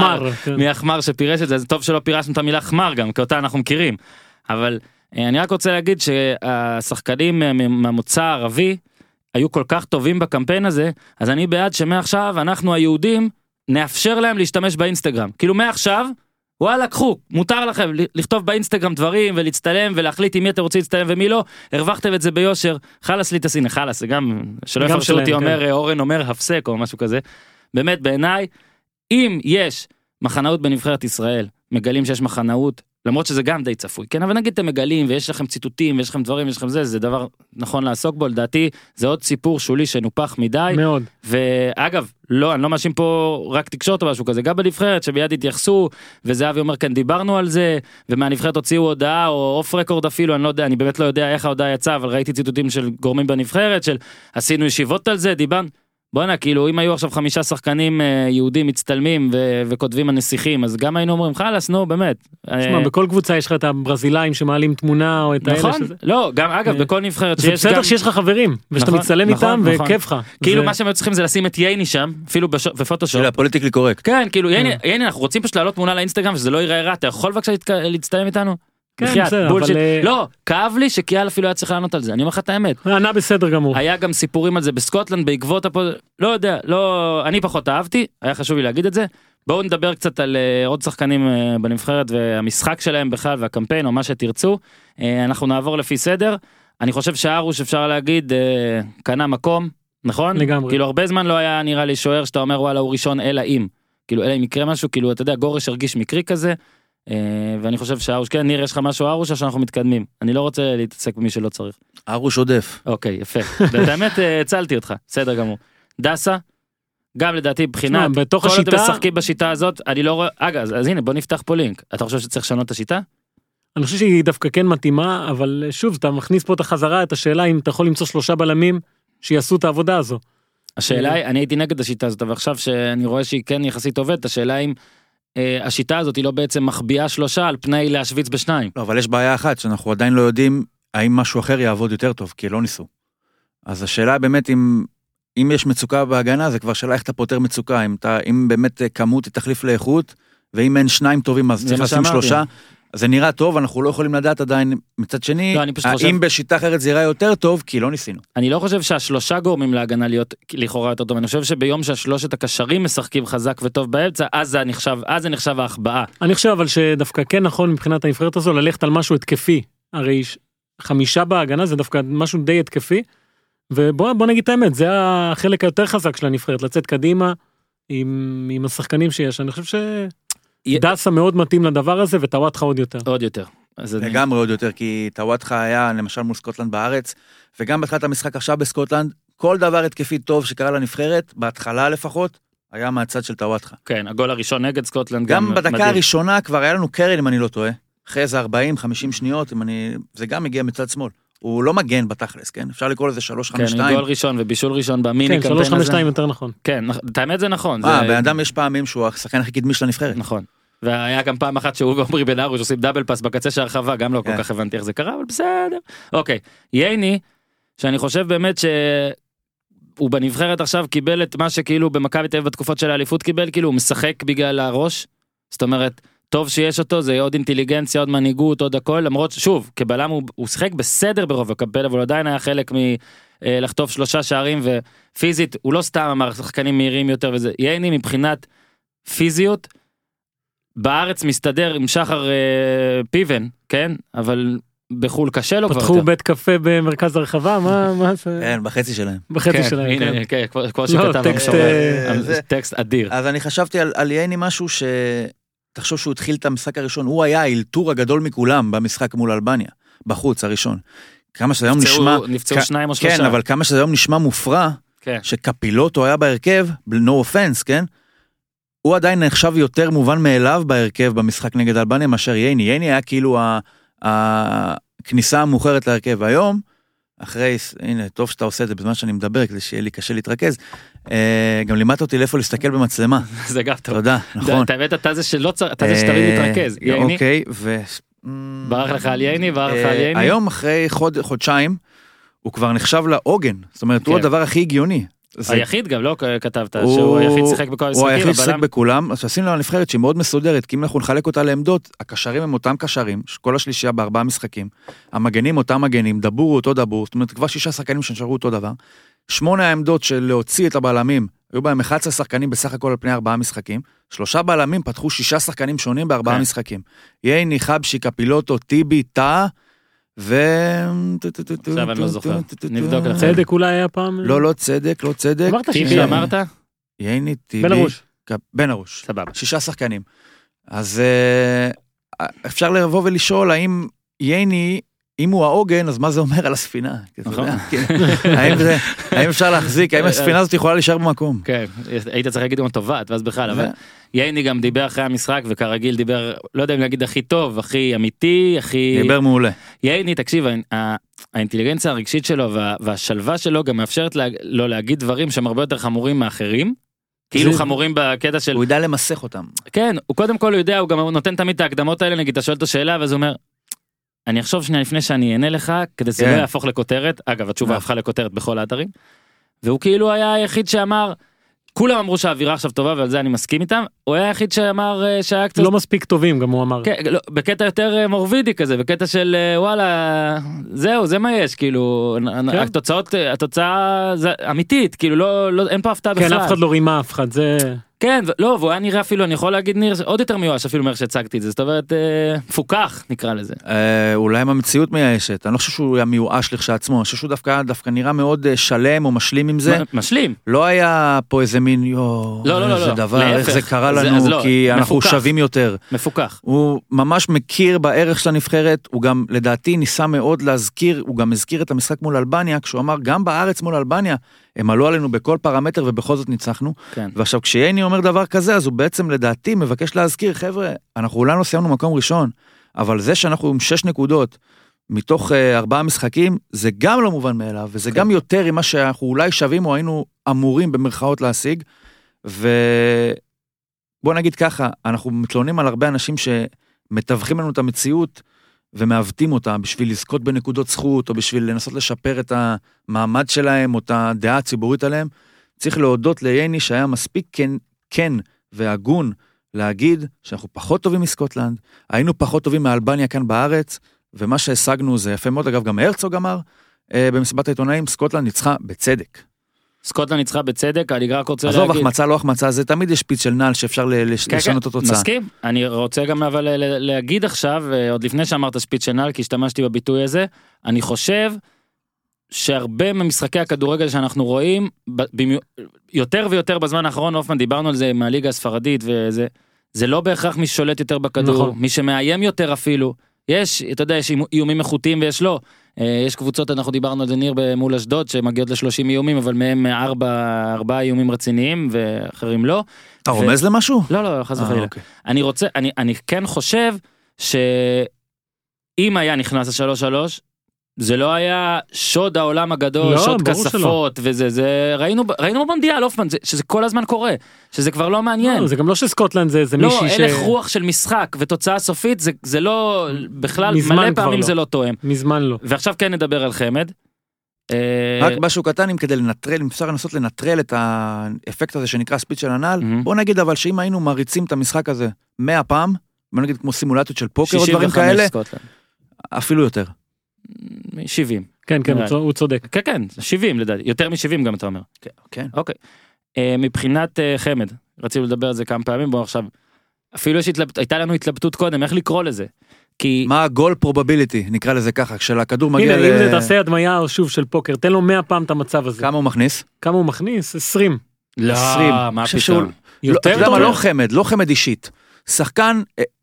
מי החמר שפירש את זה, זה טוב שלא פירשנו את המילה חמר גם, כי אותה אנחנו מכירים, אבל אני רק רוצה להגיד שהשחקנים מהמוצא הערבי, היו כל כך טובים בקמפיין הזה, אז אני בעד שמעכשיו אנחנו היהודים, נאפשר להם להשתמש באינסטגרם, כאילו מעכשיו, וואלה, קחו, מותר לכם לכתוב באינסטגרם דברים ולהצטלם ולהחליט עם מי אתם רוצים להצטלם ומי לא, הרווחתם את זה ביושר, חלס לי תסינה, חלס, זה גם, שלא יפרשו אותי אומר, אורן אומר הפסק או משהו כזה, באמת בעיניי, אם יש מחנאות בנבחרת ישראל, מגלים שיש מחנאות, למרות שזה גם די צפוי, כן, אבל נגיד אתם מגלים ויש לכם ציטוטים ויש לכם דברים, יש לכם זה דבר נכון לעסוק בו, לדעתי זה עוד סיפור שולי שנופח מדי, מאוד. ואגב, לא, אני לא מאשים פה רק תקשורת או משהו כזה, גם בנבחרת שביד התייחסו, וזהבי אומר כן דיברנו על זה, ומהנבחרת הוציאו הודעה או אוף רקורד אפילו, אני לא יודע, אני באמת לא יודע איך ההודעה יצאה, אבל ראיתי ציטוטים של גורמים בנבחרת, של עשינו ישיבות על זה, דיברנו, בוא'נה, כאילו, אם היו עכשיו 5 שחקנים יהודים מצטלמים וכותבים הנסיכים, אז גם היינו אומרים, חלס, נו, באמת. תשמע, בכל קבוצה יש לך את הברזילאים שמעלים תמונה, או את האלה שזה... לא, גם, אגב, בכל נבחרת שיש גם... זה בסדר שיש לך חברים, ושאתה מצטלם איתם, וכיף לך. כאילו, מה שהם צריכים זה לשים את ייני שם, אפילו בפוטושופ. זה פוליטיקלי קורקט. כן, כאילו, ייני, אנחנו רוצים פשוט להעלות תמונה לאינסטגרם, שזה לא ייראה רע, אתה יכול בבקשה להצטלם איתנו? כן, בסדר, אבל... לא, כאב לי שקיאל אפילו היה צריך לענות על זה, אני אומר לך את האמת. ענה בסדר גמור. היה גם סיפורים על זה בסקוטלנד, בעקבות לא יודע, אני פחות אהבתי, היה חשוב לי להגיד את זה. בואו נדבר קצת על עוד שחקנים בנבחרת, והמשחק שלהם בכלל, והקמפיין, או מה שתרצו. אנחנו נעבור לפי סדר. אני חושב שהארוש אפשר להגיד, קנה מקום, נכון? לגמרי. כאילו הרבה זמן לא היה נראה לי שוער, שאתה אומר וואלה הוא ראשון אלא אם. כאילו אלא אם יקרה משהו, כאילו אתה יודע, גורש הרגיש מקרי כזה. ואני חושב שהארוש, כן, ניר, יש לך משהו ארוש או שאנחנו מתקדמים? אני לא רוצה להתעסק במי שלא צריך. ארוש עודף. אוקיי, יפה. באמת הצלתי אותך, בסדר גמור. דסה, גם לדעתי בחינת, בתוך כל השיטה... אתם משחקים בשיטה הזאת, אני לא רואה, אגב, אז הנה, בוא נפתח פה לינק. אתה חושב שצריך לשנות את השיטה? אני חושב שהיא דווקא כן מתאימה, אבל שוב, אתה מכניס פה את החזרה, את השאלה אם אתה יכול למצוא 3 בלמים שיעשו את העבודה הזו. השאלה היא, אני הייתי נגד השיטה הזאת, אבל עכשיו שאני רואה שהיא כן יחסית עובדת, השאלה אם השיטה הזאת היא לא בעצם מחביאה 3 על פני להשוויץ ב2. לא, אבל יש בעיה אחת, שאנחנו עדיין לא יודעים האם משהו אחר יעבוד יותר טוב, כי לא ניסו. אז השאלה באמת אם יש מצוקה בהגנה, זה כבר שאלה איך אתה פותר מצוקה, אם באמת כמות היא תחליף לאיכות, ואם אין 2 טובים, אז צריך לשים 3, אז זה נראה טוב, אנחנו לא יכולים לדעת עדיין, מצד שני, האם בשיטה אחרת זה יראה יותר טוב, כי לא ניסינו. אני לא חושב שה3 גורמים להגנה להיות לכאורה יותר טוב, אני חושב שביום שה3 הקשרים משחקים חזק וטוב באמצע, אז זה נחשב ההחבאה. אני חושב אבל שדווקא כן נכון מבחינת הנבחרת הזו, ללכת על משהו התקפי, הרי 5 בהגנה זה דווקא משהו די התקפי, ובוא נגיד את האמת, זה החלק היותר חזק של הנבחרת, לצאת קדימה עם השחקנים שיש, אני חושב דסה מאוד מתאים לדבר הזה, וטוואטחה עוד יותר. עוד יותר. לגמרי עוד יותר, כי טוואטחה היה למשל מול סקוטלנד בארץ, וגם בתחילת המשחק עכשיו בסקוטלנד, כל דבר התקפי טוב שקרה לנבחרת, בהתחלה לפחות, היה מהצד של טוואטחה. כן, הגול הראשון נגד סקוטלנד גם בדקה הראשונה כבר היה לנו קרן, אם אני לא טועה, אחרי איזה 40-50 שניות, זה גם הגיע מצד שמאל. הוא לא מגן בתכלס, כן? אפשר לקרוא לזה 3-5-2. כן, גול ראשון ובישול ראשון במיני קמפיין הזה. כן, 3-5-2 יותר נכון. כן, האמת זה נכון. באדם יש פעמים שהוא השחקן הכי קדמי של הנבחרת. נכון. והיה גם פעם אחת שהוא ועומרי בן ארוש עושים דאבל פאס בקצה של הרחבה, גם לא כל כך הבנתי איך זה קרה, אבל בסדר. אוקיי, ייני, שאני חושב באמת שהוא בנבחרת עכשיו קיבל את מה שכאילו במכבי תל אביב בתקופות של האליפות קיבל, כאילו הוא משחק בגלל הראש, זאת אומרת, טוב שיש אותו, זה עוד אינטליגנציה, עוד מנהיגות, עוד הכל, למרות ששוב, כבלם הוא שחק בסדר ברוב הקמפל, אבל עדיין היה חלק מלחטוף 3 שערים, ופיזית, הוא לא סתם אמר, שחקנים מהירים יותר וזה, ייני מבחינת פיזיות, בארץ מסתדר עם שחר פיבן, כן? אבל בחול קשה לו כבר. פתחו בית קפה במרכז הרחבה, מה זה? כן, בחצי שלהם. בחצי שלהם, כן. כן, כמו שכתב טקסט אדיר. אז אני חשבתי על ייני משהו תחשוב שהוא התחיל את המשחק הראשון, הוא היה האלתור הגדול מכולם במשחק מול אלבניה, בחוץ הראשון. כמה שזה היום נשמע... נפצעו 2 או 3. כן, אבל כמה שזה היום נשמע מופרע, שקפילוטו היה בהרכב, no offense, כן? הוא עדיין נחשב יותר מובן מאליו בהרכב במשחק נגד אלבניה מאשר ייני. ייני היה כאילו הכניסה המאוחרת להרכב. היום, אחרי, הנה, טוב שאתה עושה את זה בזמן שאני מדבר, כדי שיהיה לי קשה להתרכז, גם לימדת אותי לאיפה להסתכל במצלמה. זה גם טוב. תודה, נכון. אתה הבאת, אתה זה שתמיד מתרכז. ייני? אוקיי, ברח לך על ייני, ברח לך על ייני. היום, אחרי חודשיים, הוא כבר נחשב לעוגן. זאת אומרת, הוא הדבר הכי הגיוני. היחיד גם, לא כתבת, שהוא היחיד שיחק בכל המשחקים. הוא היחיד שיחק בכולם, אז שעשינו לה נבחרת שהיא מאוד מסודרת, כי אם אנחנו נחלק אותה לעמדות, הקשרים הם אותם קשרים, כל השלישייה ב4 משחקים, המגנים אותם מגנים, דבור אותו דבור, זאת אומרת, כבר 6 שחקנים שנשארו אותו דבר, 8 העמדות של להוציא את הבעלמים, היו בהם 11 שחקנים בסך הכל על פני 4 משחקים, 3 בעלמים פתחו 6 שחקנים שונים ב4 משחקים. ייני, חבשי, קפילוטו, טיבי, טאה, עכשיו אני לא זוכר, נבדוק לך. צדק אולי היה פעם? לא צדק. טיבי אמרת? ייני, טיבי. בן ארוש. סבבה. 6 שחקנים. אז אפשר לבוא ולשאול האם ייני, אם הוא העוגן, אז מה זה אומר על הספינה? האם אפשר להחזיק, האם הספינה הזאת יכולה להישאר במקום? כן, היית צריך להגיד עם הטובת, ואז בכלל, אבל ייני גם דיבר אחרי המשחק, וכרגיל דיבר, לא יודע אם להגיד הכי טוב, הכי אמיתי, הכי... דיבר מעולה. ייני, תקשיב, האינטליגנציה הרגשית שלו, והשלווה שלו גם מאפשרת לו להגיד דברים שהם הרבה יותר חמורים מאחרים, כאילו חמורים בקטע של... הוא ידע למסך אותם. כן, הוא קודם כל יודע, הוא גם נותן תמיד את ההקדמות האלה, נגיד, אתה שואל אותו שאלה, ואז הוא אומר, אני אחשוב שנייה לפני שאני אענה לך, כדי שזה לא יהפוך לכותרת, אגב, התשובה הפכה לכותרת בכל האתרים, והוא כאילו היה היחיד שאמר, כולם אמרו שהאווירה עכשיו טובה, ועל זה אני מסכים איתם, הוא היה היחיד שאמר שהיה קצת... לא מספיק טובים, גם הוא אמר. כן, לא, בקטע יותר מורבידי כזה, בקטע של וואלה, זהו, זה מה יש, כאילו, התוצאה אמיתית, כאילו, לא, אין פה הפתעה בכלל. כן, אף אחד לא רימה אף אחד, זה... כן, לא, והוא היה נראה אפילו, אני יכול להגיד ניר, עוד יותר מיואש אפילו מאיך שהצגתי את זה, זאת אומרת, מפוקח נקרא לזה. אולי עם המציאות מייאשת, אני לא חושב שהוא היה מיואש לכשעצמו, אני חושב שהוא דווקא נראה מאוד שלם או משלים עם זה. משלים. לא היה פה איזה מין, איזה דבר, איך זה קרה לנו, כי אנחנו שווים יותר. מפוקח. הוא ממש מכיר בערך של הנבחרת, הוא גם לדעתי ניסה מאוד להזכיר, הוא גם הזכיר את המשחק מול אלבניה, כשהוא אמר גם בארץ מול אלבניה, הם עלו עלינו בכל פרמטר ובכל זאת ניצחנו. כן. ועכשיו כשייני אומר דבר כזה, אז הוא בעצם לדעתי מבקש להזכיר, חבר'ה, אנחנו אולי לא סיימנו מקום ראשון, אבל זה שאנחנו עם 6 נקודות, מתוך 4 משחקים, זה גם לא מובן מאליו, וזה גם יותר עם מה שאנחנו אולי שווים או היינו אמורים במרכאות להשיג, ובוא נגיד ככה, אנחנו מתלוננים על הרבה אנשים שמתווכים לנו את המציאות, ומעוותים אותה בשביל לזכות בנקודות זכות, או בשביל לנסות לשפר את המעמד שלהם, או את הדעה הציבורית עליהם. צריך להודות לייני שהיה מספיק כן והגון להגיד שאנחנו פחות טובים מסקוטלנד, היינו פחות טובים מאלבניה כאן בארץ, ומה שהשגנו זה יפה מאוד, אגב גם הרצוג אמר, במסיבת העיתונאים, סקוטלנד ניצחה בצדק. סקוטלנד ניצחה בצדק, אני רק רוצה להגיד... עזוב, החמצה, לא החמצה, זה תמיד יש שפיץ של נעל שאפשר לשנות את התוצאה. מסכים, אני רוצה גם אבל להגיד עכשיו, עוד לפני שאמרת שפיץ של נעל, כי השתמשתי בביטוי הזה, אני חושב שהרבה ממשחקי הכדורגל שאנחנו רואים, יותר ויותר בזמן האחרון, אופן, דיברנו על זה מהליגה הספרדית, וזה לא בהכרח מי שולט יותר בכדור, מי שמאיים יותר אפילו, יש, אתה יודע, יש איומים איכותיים ויש לא, יש קבוצות, אנחנו דיברנו על זה ניר מול אשדוד, שמגיעות ל30 איומים, אבל מהם 4 איומים רציניים, ואחרים לא. אתה רומז למשהו? לא, חס וחלילה. אני כן חושב, שאם היה נכנס ה3-3, זה לא היה שוד העולם הגדול, שוד כספות, וזה, ראינו במונדיאל, אופן, שזה כל הזמן קורה, שזה כבר לא מעניין. זה גם לא שסקוטלנד זה מישהי ש... לא, הלך רוח של משחק, ותוצאה סופית, זה לא, בכלל, מלא פעמים זה לא תואם. מזמן לא. ועכשיו כן נדבר על חמד. רק משהו קטן, אם כדי לנטרל, אם אפשר לנסות לנטרל את האפקט הזה שנקרא ספיץ של הנעל, בוא נגיד אבל שאם היינו מריצים את המשחק הזה 100 פעם, בוא נגיד כמו סימולציות של פוקר או דברים כאלה, סקוטלנד. אפילו יותר. 70. כן, הוא צודק. כן, כן, 70 לדעתי, יותר מ-70 גם אתה אומר. כן. אוקיי. מבחינת חמד, רצינו לדבר על זה כמה פעמים, בואו עכשיו, אפילו הייתה לנו התלבטות קודם, איך לקרוא לזה? כי... מה הגול פרובביליטי, נקרא לזה ככה, כשהכדור מגיע הנה, אם זה תעשה הדמיה או שוב של פוקר, תן לו 100 פעם את המצב הזה. כמה הוא מכניס? כמה הוא מכניס? 20. לא, 20. מה פתאום? יותר למה טוב? לא חמד אישית. שחקן,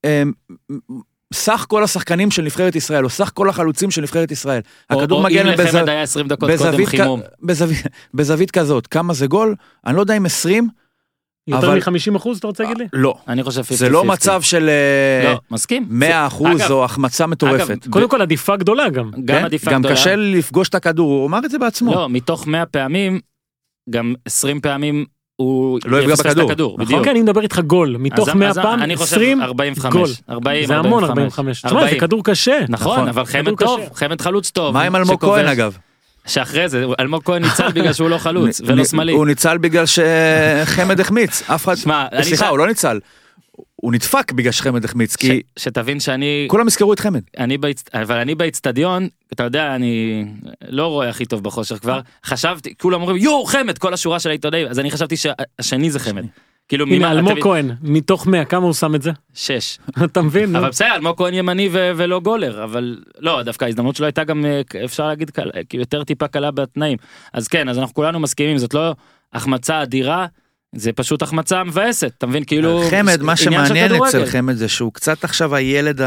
סך כל השחקנים של נבחרת ישראל, או סך כל החלוצים של נבחרת ישראל. הכדור מגיע אם לחמד היה 20 דקות קודם חימום. בזווית כזאת, כמה זה גול? אני לא יודע אם 20, יותר מ-50% אתה רוצה להגיד לי? לא. אני חושב 50-50. זה לא מצב של לא, מסכים. 100% או החמצה מטורפת. קודם כל עדיפה גדולה גם. גם עדיפה גם גדולה. קשה לפגוש את הכדור, הוא אמר את זה בעצמו. לא, מתוך 100 פעמים, גם 20 פעמים הוא לא יפגע בכדור. בדיוק. כן, אני מדבר איתך גול. מתוך 100 פעם, אני חושב 20 45. גול. 40, זה המון 45. תשמע, זה כדור קשה. נכון, אבל חמד טוב, חמד חלוץ טוב. מה עם אלמוג כהן אגב? שאחרי זה, אלמוג כהן ניצל בגלל שהוא לא חלוץ, ולא שמאלי. הוא ניצל בגלל שחמד החמיץ. אף אחד... סליחה, הוא לא ניצל. הוא נדפק בגלל שחמד החמיץ, כי... שתבין שאני... כולם הזכרו את חמד. אבל אני באצטדיון, אתה יודע, אני לא רואה הכי טוב בחושך כבר, חשבתי, כולם אומרים, יואו, חמד, כל השורה של העיתונאים, אז אני חשבתי שהשני זה חמד. כאילו, הנה, אלמוג כהן, מתוך 100, כמה הוא שם את זה? 6. אתה מבין? אבל בסדר, אלמוג כהן ימני ולא גולר, אבל לא, דווקא ההזדמנות שלו הייתה גם, אפשר להגיד, יותר טיפה קלה בתנאים. אז כן, אז אנחנו כולנו מסכימים, זאת לא החמצה אדירה, זה פשוט החמצה מבאסת, אתה מבין? כאילו... חמד, מה שמעניין אצל חמד זה שהוא קצת עכשיו הילד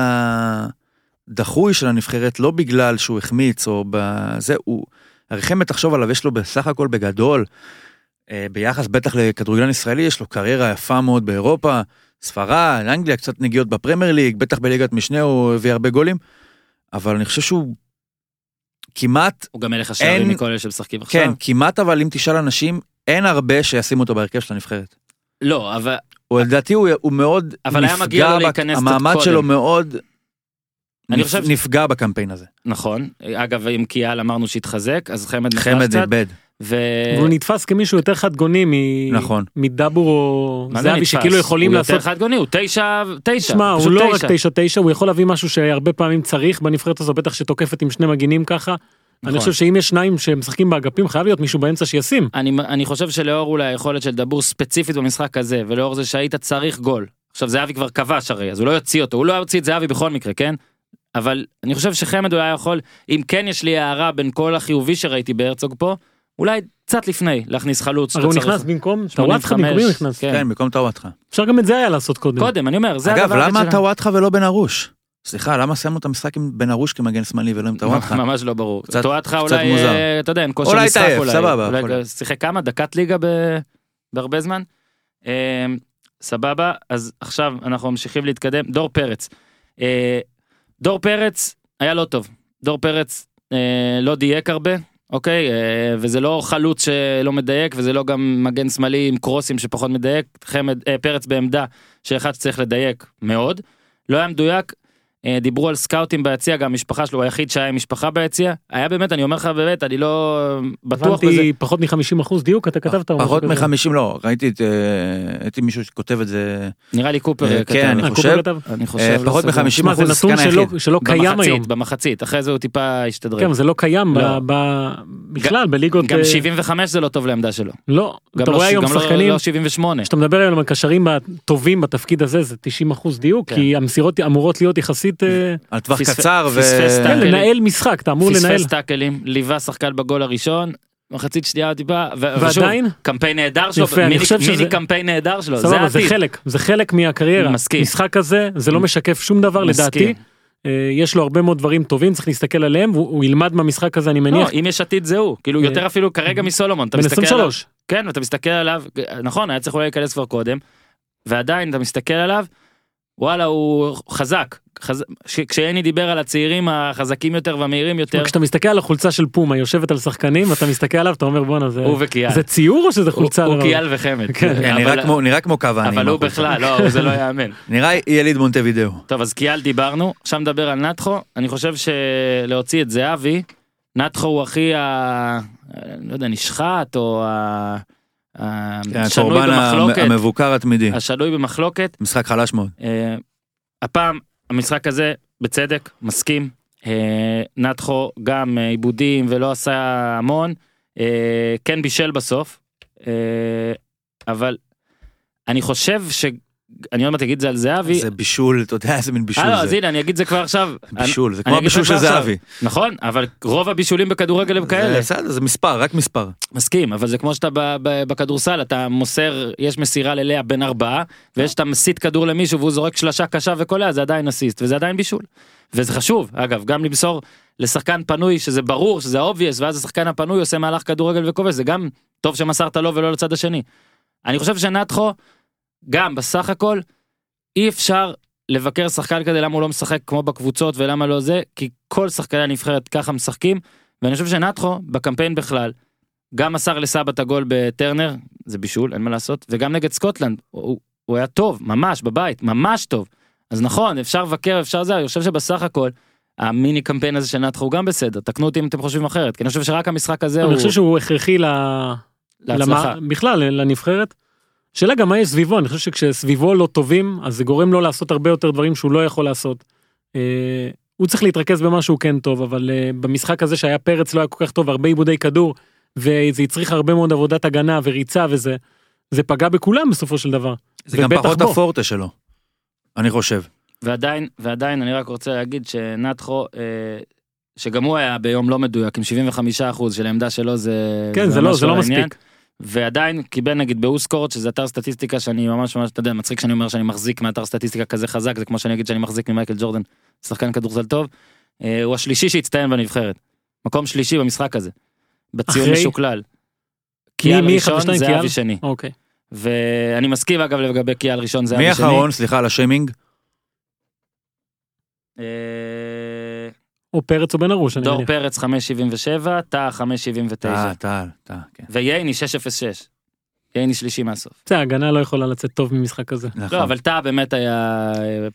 הדחוי של הנבחרת, לא בגלל שהוא החמיץ או בזה, הרי חמד תחשוב עליו, יש לו בסך הכל בגדול, ביחס בטח לכדורגלן ישראלי, יש לו קריירה יפה מאוד באירופה, ספרד, אנגליה, קצת נגיעות בפרמייר ליג, בטח בליגת משנה הוא הביא הרבה גולים, אבל אני חושב שהוא כמעט... הוא גם מלך השערים מכל אלה שמשחקים עכשיו. כן, כמעט, אבל אם תשאל אנשים, אין הרבה שישימו אותו בהרכב של הנבחרת. לא, אבל... לדעתי הוא מאוד אבל היה מגיע לו להיכנס קצת המעמד שלו מאוד נפגע בקמפיין הזה. נכון, אגב, אם קיאל אמרנו שהתחזק, אז חמד נחלש חמד קצת. נאבד. והוא נתפס כמישהו יותר חד גוני מדבור או זהבי שכאילו יכולים לעשות... הוא יותר חד גוני, הוא 9. שמע, הוא לא רק 9-9, הוא יכול להביא משהו שהרבה פעמים צריך בנבחרת הזו, בטח שתוקפת עם שני מגינים ככה. אני חושב שאם יש שניים שמשחקים באגפים, חייב להיות מישהו באמצע שישים. אני חושב שלאור אולי היכולת של דבור ספציפית במשחק הזה, ולאור זה שהיית צריך גול. עכשיו זהבי כבר כבש הרי, אז הוא לא יוציא אותו, הוא לא יוציא את זהבי בכל מקרה, כן? אבל אני חושב שחמד הוא היה יכול, אם כן יש לי הערה בין כל החיובי שראיתי בהרצוג פה, אולי קצת לפני להכניס חלוץ. הרי הוא נכנס במקום, טוואטחה במקומי נכנס. כן, במקום טוואטחה. אפשר גם את זה היה לעשות קודם. קודם, אני אומר, זה הדבר. אגב, למה טוואטחה ולא בן ארוש? סליחה, למה שמו את המשחק עם בן ארוש כמגן שמאלי ולא עם טוואטחה? ממש לא ברור. טוואטחה אולי, אתה יודע, אין כושר משחק אולי. סבבה. אולי שיחק כמה? דקת ליגה בהרבה זמן? סבבה, אז עכשיו אנחנו ממשיכים להתקדם. דור פרץ היה לא טוב. דור פרץ לא דייק הרבה, אוקיי? וזה לא חלוץ שלא מדייק, וזה לא גם מגן שמאלי עם קרוסים שפחות מדייק. פרץ בעמדה שאחד שצריך לדייק מאוד. לא היה מדויק. דיברו על סקאוטים ביציע, גם המשפחה שלו, היחיד שהיה עם משפחה ביציע, היה באמת, אני אומר לך באמת, אני לא בטוח בזה. הבנתי פחות מ-50% דיוק, אתה כתבת. פחות מ-50 לא, ראיתי מישהו שכותב את זה. נראה לי קופר כתב. כן, אני חושב. פחות מ-50%. זה נתון שלא קיים היום. במחצית, אחרי זה הוא טיפה השתדרג. כן, זה לא קיים בכלל, בליגות. גם 75 זה לא טוב לעמדה שלו. לא, אתה רואה היום שחקנים. גם לא 78. שאתה מדבר היום על הקשרים הטובים בתפקיד הזה, זה 90% דיוק, כי המסירות אמורות להיות יחסית על טווח קצר לנהל משחק, אתה אמור לנהל. פספס טאקלים, ליווה שחקן בגול הראשון, מחצית שנייה טיפה, ועדיין קמפיין נהדר שלו, מיני קמפיין נהדר שלו, זה חלק מהקריירה, משחק הזה, זה לא משקף שום דבר לדעתי, יש לו הרבה מאוד דברים טובים, צריך להסתכל עליהם, הוא ילמד מהמשחק הזה אני מניח. אם יש עתיד זהו, כאילו יותר אפילו כרגע מסולומון, בן 23. כן, ואתה מסתכל עליו, נכון, היה צריך אולי להיכנס כבר קודם, ועדיין אתה מסתכל עליו, וואלה, הוא חזק. כשאני דיבר על הצעירים החזקים יותר והמהירים יותר. כשאתה מסתכל על החולצה של פומה, יושבת על שחקנים, ואתה מסתכל עליו, אתה אומר, בואנה, זה ציור או שזה חולצה? הוא קיאל וחמד. נראה כמו קוואני. אבל הוא בכלל, לא, זה לא יאמן. נראה יליד מונטווידאו. טוב, אז קיאל דיברנו, עכשיו נדבר על נתחו. אני חושב שלהוציא את זהבי, נתחו הוא הכי, לא יודע, נשחט, או השנוי במחלוקת. המבוקר התמידי. השנוי במחלוקת. משחק חלש מאוד. הפעם, המשחק הזה, בצדק, מסכים, נתחו גם עיבודים ולא עשה המון, כן בישל בסוף, אבל אני חושב אני עוד מעט אגיד זה על זהבי. זה בישול, אתה יודע איזה מין בישול זה. אז הנה, אני אגיד זה כבר עכשיו. בישול, זה כמו הבישול של זהבי. נכון, אבל רוב הבישולים בכדורגל הם כאלה. זה מספר, רק מספר. מסכים, אבל זה כמו שאתה בכדורסל, אתה מוסר, יש מסירה ללאה בין 4, ויש אתה מסית כדור למישהו, והוא זורק שלשה קשה וקולע, זה עדיין אסיסט, וזה עדיין בישול. וזה חשוב, אגב, גם למסור לשחקן פנוי, שזה ברור, שזה obvious, ואז השחקן הפנוי עושה מהלך כדורגל וכובש, זה גם טוב שמסרת לו ולא לצד השני. אני חושב שנתחו, גם בסך הכל, אי אפשר לבקר שחקן כזה, למה הוא לא משחק כמו בקבוצות ולמה לא זה, כי כל שחקני הנבחרת ככה משחקים, ואני חושב שנתחו בקמפיין בכלל, גם מסר לסבא את הגול בטרנר, זה בישול, אין מה לעשות, וגם נגד סקוטלנד, הוא היה טוב, ממש בבית, ממש טוב, אז נכון, אפשר לבקר, אפשר זה, אני חושב שבסך הכל, המיני קמפיין הזה של נתחו הוא גם בסדר, תקנו אותי אם אתם חושבים אחרת, כי אני חושב שרק המשחק הזה אני חושב שהוא הכרחי להצלחה. בכלל, לנבחרת. שאלה גם מה יש סביבו, אני חושב שכשסביבו לא טובים, אז זה גורם לו לעשות הרבה יותר דברים שהוא לא יכול לעשות. הוא צריך להתרכז במה שהוא כן טוב, אבל במשחק הזה שהיה פרץ לא היה כל כך טוב, הרבה עיבודי כדור, וזה יצריך הרבה מאוד עבודת הגנה וריצה וזה, זה פגע בכולם בסופו של דבר. זה גם פחות הפורטה שלו, אני חושב. ועדיין אני רק רוצה להגיד שנתחו, שגם הוא היה ביום לא מדויק, עם 75% של העמדה שלו, כן, זה לא מספיק. ועדיין קיבל נגיד באוסקורט, שזה אתר סטטיסטיקה שאני ממש, אתה יודע, מצחיק שאני אומר שאני מחזיק מאתר סטטיסטיקה כזה חזק, זה כמו שאני אגיד שאני מחזיק ממייקל ג'ורדן, שחקן כדורסל טוב, הוא השלישי שהצטיין בנבחרת, מקום שלישי במשחק הזה, בציון משוקלל. קיאל ראשון, זהבי שני. אוקיי. ואני מסכים אגב לגבי קיאל ראשון, זהבי שני. מי אחרון, סליחה על השיימינג? או פרץ או בן ארוש, דור פרץ 5.77, תא 5.79. תא, כן. וייני 6.06. ייני שלישי מהסוף. זה, ההגנה לא יכולה לצאת טוב ממשחק כזה. לא, אבל תא באמת היה...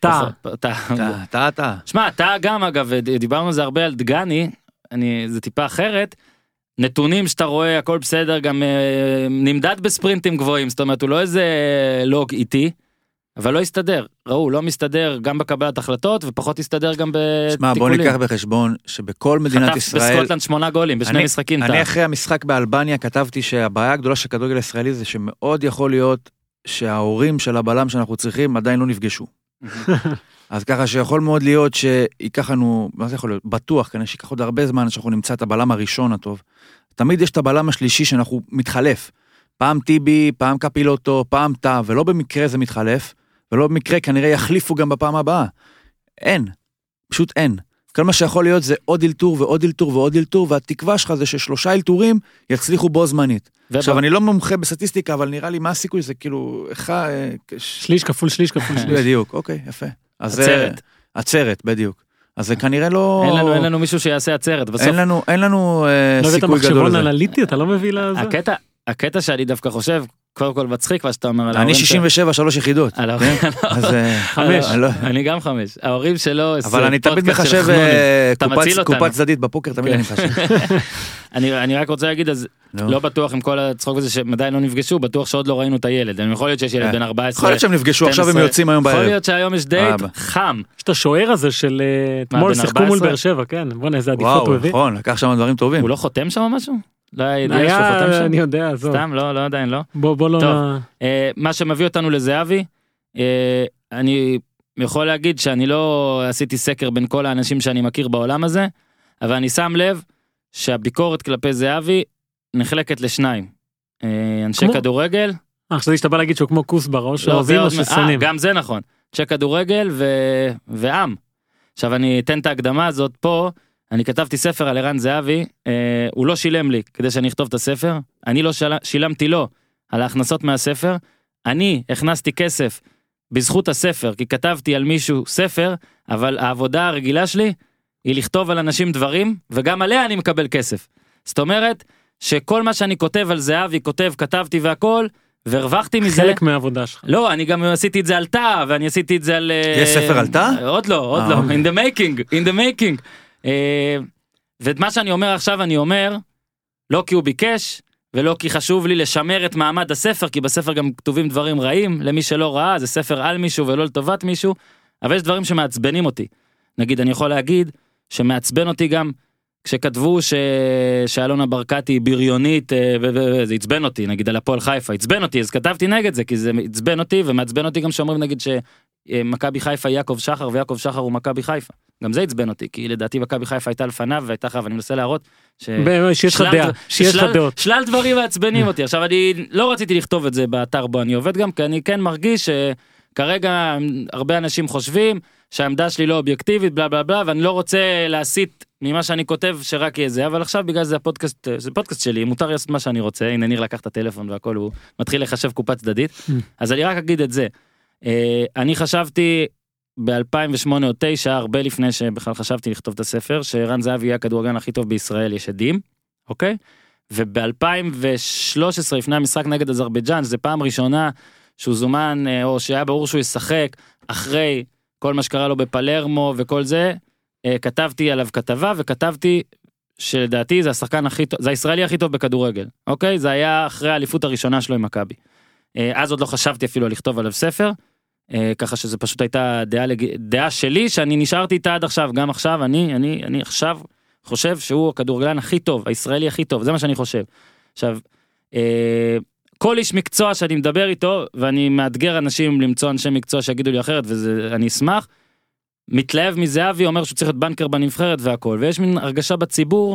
תא. שמע, תא גם אגב, דיברנו על זה הרבה על דגני, זה טיפה אחרת, נתונים שאתה רואה, הכל בסדר, גם נמדד בספרינטים גבוהים, זאת אומרת, הוא לא איזה לוג איטי, אבל לא יסתדר, ראו, לא מסתדר גם בקבלת החלטות, ופחות יסתדר גם בתיקולים. שמע, בוא ניקח בחשבון שבכל מדינת ישראל... חטף בסקוטלנד 8 גולים, בשני משחקים. אני אחרי המשחק באלבניה כתבתי שהבעיה הגדולה של כדורגל הישראלי זה שמאוד יכול להיות שההורים של הבלם שאנחנו צריכים עדיין לא נפגשו. אז ככה שיכול מאוד להיות שיקח לנו, מה זה יכול להיות? בטוח, כנראה שיקח עוד הרבה זמן שאנחנו נמצא את הבלם הראשון הטוב. תמיד יש את הבלם השלישי שאנחנו מתחלף. פעם טיבי, פעם קפילוטו, פעם תא, ולא במקרה זה מתחלף. ולא במקרה כנראה יחליפו גם בפעם הבאה. אין, פשוט אין. כל מה שיכול להיות זה עוד אילתור ועוד אילתור ועוד אילתור, והתקווה שלך זה ששלושה אילתורים יצליחו בו זמנית. עכשיו, אני לא מומחה בסטטיסטיקה, אבל נראה לי מה הסיכוי, זה כאילו, שליש כפול שליש כפול שליש. בדיוק, אוקיי, יפה. עצרת, בדיוק. אז זה כנראה לא... אין לנו מישהו שיעשה עצרת, בסוף. אין לנו סיכוי גדול לזה. לא הבאת מחשבון אנליטי, אתה לא מביא לזה? הקטע שאני דווקא חושב, קודם כל מצחיק מה שאתה אומר על ההורים אני 67, 3 יחידות. אני גם 5. ההורים שלו... אבל אני תמיד מחשב קופה צדדית בפוקר, תמיד אני מחשב. אני רק רוצה להגיד, אז לא בטוח עם כל הצחוק הזה שעדיין לא נפגשו, בטוח שעוד לא ראינו את הילד. אני יכול להיות שיש ילד בן 14. יכול להיות שהם נפגשו, עכשיו הם יוצאים היום בערב. יכול להיות שהיום יש דייט חם. יש את השוער הזה של אתמול שיחקו מול באר שבע, כן. בוא איזה עדיפות הוא הביא. נכון, לקח שם דברים טובים. הוא לא חותם שם משהו? אני יודע, סתם, לא, עדיין לא. בוא לא... מה שמביא אותנו לזהבי, אני יכול להגיד שאני לא עשיתי סקר בין כל האנשים שאני מכיר בעולם הזה, אבל אני שם לב שהביקורת כלפי זהבי נחלקת לשניים. אנשי כדורגל. חשבתי שאתה בא להגיד שהוא כמו כוסבר, או שאוהבים או ששונאים. גם זה נכון. אנשי כדורגל ועם. עכשיו אני אתן את ההקדמה הזאת פה, אני כתבתי ספר על ערן זהבי, הוא לא שילם לי כדי שאני אכתוב את הספר, אני לא שילמתי לו על ההכנסות מהספר, אני הכנסתי כסף בזכות הספר, כי כתבתי על מישהו ספר, אבל העבודה הרגילה שלי היא לכתוב על אנשים דברים, וגם עליה אני מקבל כסף. זאת אומרת, שכל מה שאני כותב על זהבי, כתבתי והכל, והרווחתי מזה. חלק מהעבודה שלך. לא, אני גם עשיתי את זה על תא, ואני עשיתי את זה על... יש ספר על תא? עוד לא, in the making. ואת מה שאני אומר עכשיו אני אומר, לא כי הוא ביקש, ולא כי חשוב לי לשמר את מעמד הספר, כי בספר גם כתובים דברים רעים, למי שלא ראה, זה ספר על מישהו ולא לטובת מישהו, אבל יש דברים שמעצבנים אותי. נגיד, אני יכול להגיד שמעצבן אותי גם כשכתבו שאלונה ברקת היא בריונית, וזה עצבן אותי, נגיד על הפועל חיפה, עצבן אותי, אז כתבתי נגד זה, כי זה עצבן אותי, ומעצבן אותי גם שאומרים נגיד שמכבי חיפה יעקב שחר, ויעקב שחר הוא מכבי חיפה. גם זה עצבן אותי, כי לדעתי מכבי חיפה הייתה לפניו, והייתה אחריו, אני מנסה להראות שיש לך דעה, שיש לך דעות. שלל דברים מעצבנים אותי. עכשיו, אני לא רציתי לכתוב את זה באתר בו אני עובד גם, כי אני כן מרגיש שכרגע הרבה אנשים חושבים שהעמדה שלי לא אובייקטיבית, בלה בלה בלה, ואני לא רוצה להסיט ממה שאני כותב שרק יהיה זה, אבל עכשיו בגלל זה הפודקאסט, זה פודקאסט שלי, מותר לעשות מה שאני רוצה, הנה ניר לקח את הטלפון והכל, הוא מתחיל לחשב קופה צדדית, אז אני רק אגיד את זה. אני חשבתי ב-2008 או 2009, הרבה לפני שבכלל חשבתי לכתוב את הספר, שרן זהבי יהיה הכדורגלן הכי טוב בישראל, יש עדים, אוקיי? וב-2013, לפני המשחק נגד אזרבייג'אן, זה פעם ראשונה שהוא זומן, או שהיה ברור שהוא ישחק, אחרי כל מה שקרה לו בפלרמו וכל זה, כתבתי עליו כתבה, וכתבתי שלדעתי זה השחקן הכי טוב, זה הישראלי הכי טוב בכדורגל, אוקיי? זה היה אחרי האליפות הראשונה שלו עם מכבי. אז עוד לא חשבתי אפילו לכתוב עליו ספר, ככה שזה פשוט הייתה דעה שלי, שאני נשארתי איתה עד עכשיו, גם עכשיו, אני עכשיו חושב שהוא הכדורגלן הכי טוב, הישראלי הכי טוב, זה מה שאני חושב. עכשיו, כל איש מקצוע שאני מדבר איתו, ואני מאתגר אנשים למצוא אנשי מקצוע שיגידו לי אחרת, ואני אשמח, מתלהב מזהבי, אומר שהוא צריך להיות בנקר בנבחרת והכל, ויש מין הרגשה בציבור,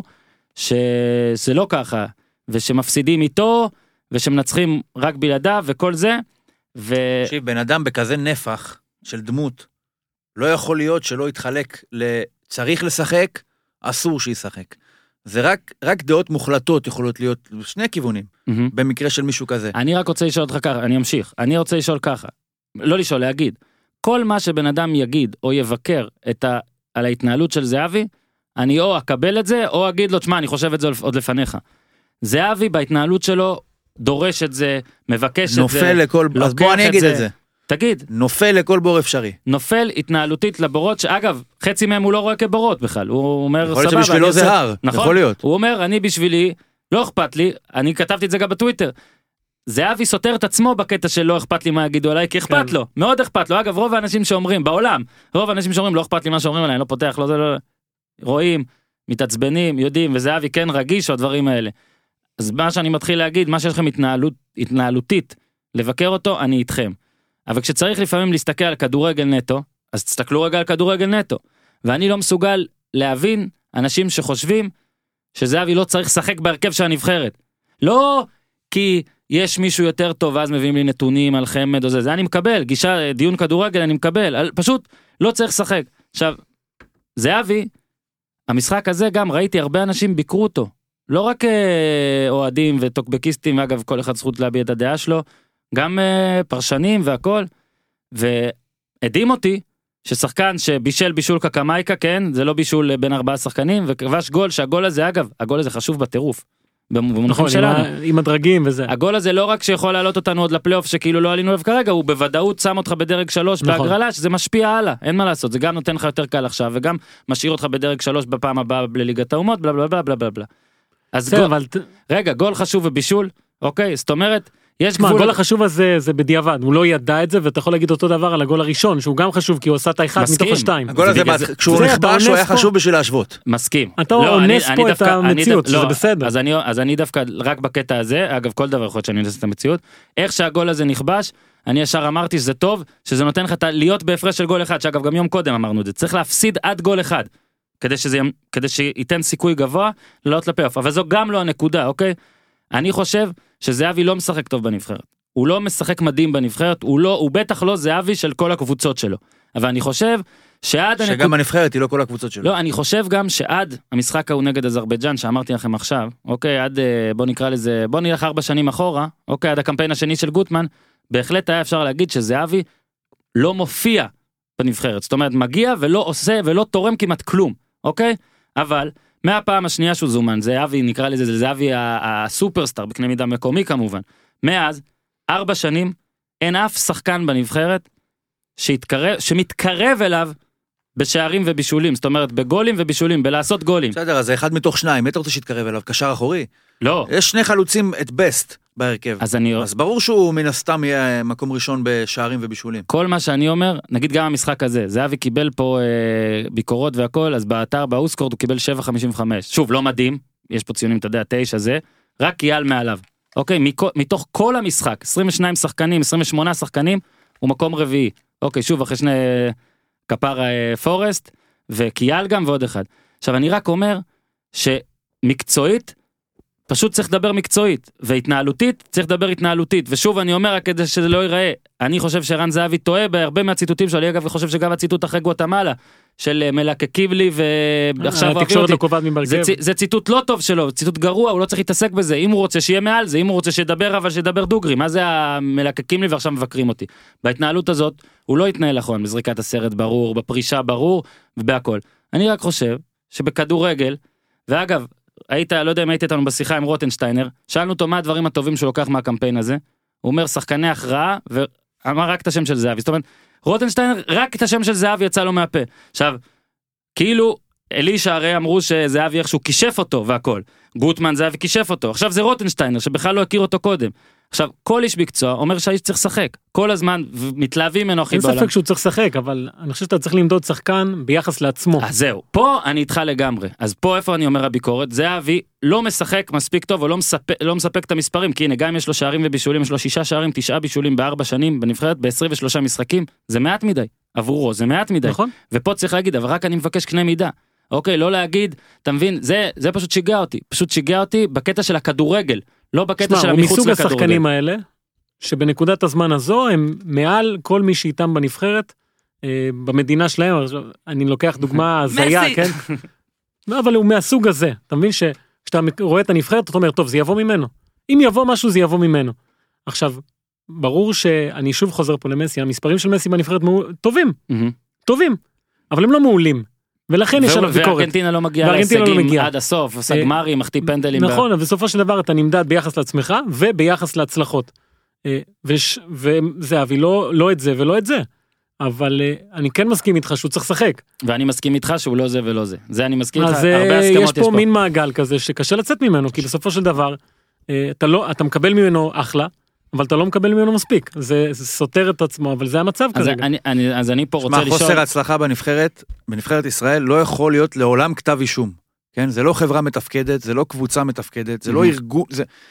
שזה לא ככה, ושמפסידים איתו, ושמנצחים רק בלעדיו, וכל זה, תקשיב, בן אדם בכזה נפח של דמות, לא יכול להיות שלא יתחלק צריך לשחק, אסור שישחק. זה רק דעות מוחלטות יכולות להיות שני כיוונים, במקרה של מישהו כזה. אני רק רוצה לשאול אותך ככה, אני אמשיך, אני רוצה לשאול ככה, לא לשאול, להגיד, כל מה שבן אדם יגיד או יבקר על ההתנהלות של זהבי, אני או אקבל את זה, או אגיד לו, תשמע, אני חושב את זה עוד לפניך. זהבי בהתנהלות שלו, דורש את זה, מבקש את זה, נופל לכל, אז בוא אני אגיד את זה. תגיד. נופל לכל בור אפשרי. נופל התנהלותית לבורות, שאגב, חצי מהם הוא לא רואה כבורות בכלל, הוא אומר, יכול להיות שבשבילו זה הר, יכול להיות. הוא אומר, אני בשבילי, לא אכפת לי, אני כתבתי את זה גם בטוויטר, זהבי סותר את עצמו בקטע של לא אכפת לי מה יגידו עליי, כי אכפת לו, מאוד אכפת לו. אגב, רוב האנשים שאומרים, בעולם, רוב האנשים שאומרים, לא אכפת לי מה שאומרים עליי, אני לא פותח, לא זה לא, רואים, מתעצבנים, יודעים, וזהבי כן רגיש או הדברים האלה. אז מה שאני מתחיל להגיד, מה שיש לכם התנהלותית, לבקר אותו, אני איתכם. אבל כשצריך לפעמים להסתכל על כדורגל נטו, אז תסתכלו רגע על כדורגל נטו. ואני לא מסוגל להבין אנשים שחושבים שזהבי לא צריך לשחק בהרכב של הנבחרת. לא כי יש מישהו יותר טוב, ואז מביאים לי נתונים על חמד או זה אני מקבל, גישה, דיון כדורגל אני מקבל, פשוט לא צריך לשחק. עכשיו, זהבי, המשחק הזה גם ראיתי הרבה אנשים ביקרו אותו. לא רק אוהדים וטוקבקיסטים, ואגב כל אחד זכות להביע את הדעה שלו, גם פרשנים והכל, ועדים אותי ששחקן שבישל בישול קקמייקה, כן, זה לא בישול בין 4 שחקנים, וכבש גול, שהגול הזה, אגב, הגול הזה חשוב בטירוף. נכון, עם הדרגים וזה. הגול הזה לא רק שיכול לעלות אותנו עוד לפלייאוף שכאילו לא עלינו לב כרגע, הוא בוודאות שם אותך בדרג 3 בהגרלה, שזה משפיע הלאה, אין מה לעשות, זה גם נותן לך יותר קל עכשיו, וגם משאיר אותך בדרג 3 בפעם הבאה לליגת האומות, בלה בלה בלה בלה בלה. אז רגע, גול חשוב ובישול, אוקיי, זאת אומרת, יש גבול. הגול החשוב הזה זה בדיעבד, הוא לא ידע את זה, ואתה יכול להגיד אותו דבר על הגול הראשון, שהוא גם חשוב, כי הוא עשה את האחד מתוך השתיים. הגול הזה, כשהוא נכבש, הוא היה חשוב בשביל להשוות. מסכים. אתה אונס פה את המציאות, שזה בסדר. אז אני דווקא, רק בקטע הזה, אגב, כל דבר יכול להיות שאני אונס את המציאות, איך שהגול הזה נכבש, אני ישר אמרתי שזה טוב, שזה נותן לך להיות בהפרש של גול אחד, שאגב, גם יום קודם אמרנו את זה, צריך להפסיד עד גול אחד, כדי שייתן סיכוי גבוה לעלות לפלייאוף, אבל זו גם לא הנקודה, אוקיי? אני חושב שזהבי לא משחק טוב בנבחרת. הוא לא משחק מדהים בנבחרת, הוא בטח לא זהבי של כל הקבוצות שלו. אבל אני חושב שגם הנבחרת היא לא כל הקבוצות שלו. לא, אני חושב גם שעד המשחק ההוא נגד אזרבייג'אן, שאמרתי לכם עכשיו, אוקיי, עד, בוא נקרא לזה, בוא נלך 4 שנים אחורה, אוקיי, עד הקמפיין השני של גוטמן, בהחלט היה אפשר להגיד שזהבי לא מופיע בנבחרת. זאת אומרת, מגיע ולא עושה ולא תורם כמעט כלום, אוקיי? אבל מהפעם השנייה שהוא זומן, זהבי, נקרא לזה, זה זהבי הסופרסטאר, בקנה מידה מקומי כמובן. מאז, 4 שנים, אין אף שחקן בנבחרת שמתקרב אליו בשערים ובישולים, זאת אומרת, בגולים ובישולים, בלעשות גולים. בסדר, אז זה 1 מתוך 2, מי אתה רוצה שיתקרב אליו? קשר אחורי? לא. יש 2 חלוצים את בסט, בהרכב. אז אז ברור שהוא מן הסתם יהיה מקום ראשון בשערים ובישולים. כל מה שאני אומר, נגיד גם המשחק הזה, זהבי קיבל פה ביקורות והכל, אז באתר, באוסקורד הוא קיבל 7.55. שוב, לא מדהים, יש פה ציונים, אתה יודע, 9 זה, רק קיאל מעליו. אוקיי, מתוך כל המשחק, 22 שחקנים, 28 שחקנים, הוא מקום רביעי. אוקיי, שוב, אחרי שני כפר פורסט, וקיאל גם ועוד אחד. עכשיו, אני רק אומר, שמקצועית, פשוט צריך לדבר מקצועית, והתנהלותית, צריך לדבר התנהלותית, ושוב אני אומר רק כדי שזה לא ייראה, אני חושב שרן זהבי טועה בהרבה מהציטוטים שלי, אגב, וחושב שגם הציטוט אחרי גואטמלה, של מלקקים לי, ועכשיו התקשורת לא קובעת מברגב. זה ציטוט לא טוב שלו, ציטוט גרוע, הוא לא צריך להתעסק בזה, אם הוא רוצה שיהיה מעל זה, אם הוא רוצה שידבר, אבל שידבר דוגרי, מה זה המלקקים לי ועכשיו מבקרים אותי. בהתנהלות הזאת, הוא לא יתנהל נכון, בזריקת הסרט ברור, בפרישה ברור, ובהכל. אני רק חושב שבכדורגל, ואגב, לא יודע אם היית איתנו בשיחה עם רוטנשטיינר, שאלנו אותו מה הדברים הטובים שהוא לוקח מהקמפיין הזה, הוא אומר שחקני הכרעה, ואמר רק את השם של זהבי, זאת אומרת, רוטנשטיינר רק את השם של זהבי יצא לו מהפה, עכשיו, כאילו, אלישע הרי אמרו שזהבי איכשהו כישף אותו והכל, גוטמן זהבי כישף אותו, עכשיו זה רוטנשטיינר שבכלל לא הכיר אותו קודם, עכשיו כל איש מקצוע אומר שהאיש צריך לשחק, כל הזמן מתלהבים ממנו הכי בעולם. אין ספק שהוא צריך לשחק, אבל אני חושב שאתה צריך למדוד שחקן ביחס לעצמו. אז זהו, פה אני איתך לגמרי, אז פה איפה אני אומר הביקורת, זהבי לא משחק מספיק טוב, או לא מספק את המספרים, כי הנה גם אם יש לו שערים ובישולים, יש לו 6 שערים, 9 בישולים ב4 שנים, בנבחרת, ב-23 משחקים, זה מעט מדי, עבורו זה מעט מדי, נכון? ופה צריך להגיד, אבל רק אני מבקש קנה מידה, אוקיי, לא להגיד, אתה מבין, זה פשוט שיגע אותי בקטע של הכדורגל, לא בקטע של המחוץ לכדורגל. הוא מסוג השחקנים האלה, שבנקודת הזמן הזו, הם מעל כל מי שאיתם בנבחרת, במדינה שלהם, אני לוקח דוגמה הזיה, כן? לא, אבל הוא מהסוג הזה, אתה מבין שכשאתה רואה את הנבחרת, אתה אומר, טוב, זה יבוא ממנו. אם יבוא משהו, זה יבוא ממנו. עכשיו, ברור שאני שוב חוזר פה למסי, המספרים של מסי בנבחרת טובים, אבל הם לא מעולים. ולכן יש עליו ביקורת. וארגנטינה לא מגיעה להישגים עד הסוף, עושה גמרי, מחטיא פנדלים. נכון, ובסופו של דבר אתה נמדד ביחס לעצמך, וביחס להצלחות. וזהבי לא את זה ולא את זה. אבל אני כן מסכים איתך שהוא צריך לשחק. ואני מסכים איתך שהוא לא זה ולא זה. זה אני מסכים איתך, הרבה הסכמות יש פה. יש פה מין מעגל כזה שקשה לצאת ממנו, כי בסופו של דבר, אתה מקבל ממנו אחלה, אבל אתה לא מקבל ממנו מספיק, זה סותר את עצמו, אבל זה המצב כרגע. אז אני פה רוצה לשאול... חוסר הצלחה בנבחרת ישראל לא יכול להיות לעולם כתב אישום, כן? זה לא חברה מתפקדת, זה לא קבוצה מתפקדת, זה לא ארגון,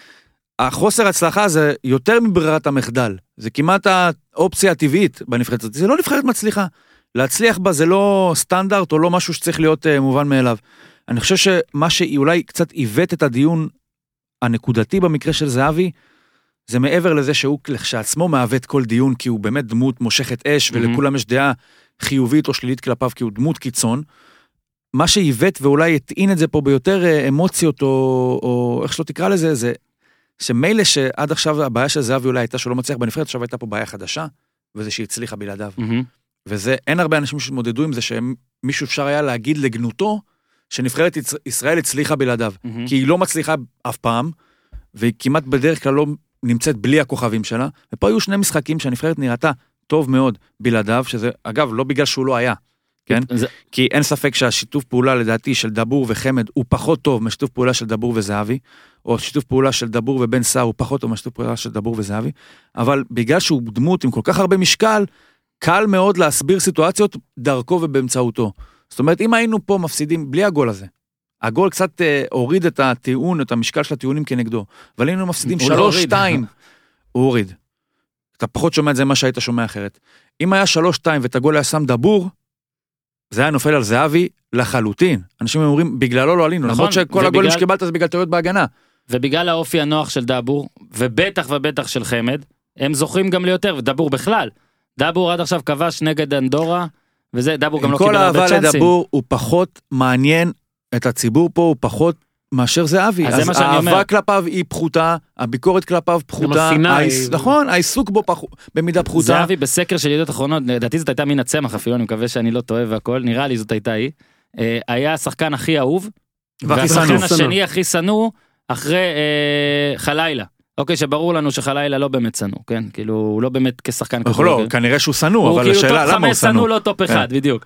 החוסר הצלחה זה יותר מברירת המחדל, זה כמעט האופציה הטבעית בנבחרת, זה לא נבחרת מצליחה, להצליח בה זה לא סטנדרט או לא משהו שצריך להיות מובן מאליו. אני חושב שמה שאולי קצת עיוות את הדיון הנקודתי במקרה של זהבי, זה מעבר לזה שהוא כשעצמו מעוות כל דיון, כי הוא באמת דמות מושכת אש, ולכולם יש דעה חיובית או שלילית כלפיו, כי הוא דמות קיצון. מה שעיוות ואולי יטעין את זה פה ביותר אמוציות, או איך שלא תקרא לזה, זה שמילא שעד עכשיו הבעיה של זהבי אולי הייתה שלא מצליח בנבחרת, עכשיו הייתה פה בעיה חדשה, וזה שהצליחה בלעדיו. וזה, אין הרבה אנשים שמודדו עם זה, שמישהו אפשר היה להגיד לגנותו, שנבחרת ישראל הצליחה בלעדיו, כי היא לא מצליחה אף פעם, והיא כמעט בדרך כלל לא נמצאת בלי הכוכבים שלה, ופה היו 2 משחקים שהנבחרת נראתה טוב מאוד בלעדיו, שזה אגב לא בגלל שהוא לא היה, כן? כי אין ספק שהשיתוף פעולה לדעתי של דבור וחמד הוא פחות טוב משיתוף פעולה של דבור וזהבי, או שיתוף פעולה של דבור ובן סער הוא פחות טוב משיתוף פעולה של דבור וזהבי, אבל בגלל שהוא דמות עם כל כך הרבה משקל, קל מאוד להסביר סיטואציות דרכו ובאמצעותו. זאת אומרת, אם היינו פה מפסידים בלי הגול הזה, הגול קצת הוריד את הטיעון, את המשקל של הטיעונים כנגדו, אבל היינו מפסידים 3-2, הוא הוריד. אתה פחות שומע את זה מה שהיית שומע אחרת. אם היה 3-2 ואת הגול היה שם דבור, זה היה נופל על זהבי לחלוטין. אנשים אומרים, בגללו לא עלינו, למרות שכל הגולים שקיבלת זה בגלל טעויות בהגנה. ובגלל האופי הנוח של דבור, ובטח של חמד, הם זוכרים גם ליותר, ודבור בכלל. דבור עד עכשיו כבש נגד אנדורה, וזה, דבור גם לא קיבל הרבה צ'אנסים. כל אהבה לדבור הוא פחות מעניין את הציבור פה, הוא פחות מאשר זהבי. אז האהבה כלפיו היא פחותה, הביקורת כלפיו פחותה, נכון, העיסוק בו במידה פחותה. זהבי בסקר של ידיעות אחרונות, לדעתי זאת הייתה מן הצמח אפילו, אני מקווה שאני לא טועה והכל, נראה לי זאת הייתה היא, היה השחקן הכי אהוב, והשחקן השני הכי שנוא, אחרי חלילה. אוקיי, שברור לנו שחלילה לא באמת שנוא, כן? כאילו, הוא לא באמת כשחקן כחול. לא, כנראה שהוא שנוא, אבל השאלה למה הוא שנוא. שנוא לא טופ אחד, בדיוק.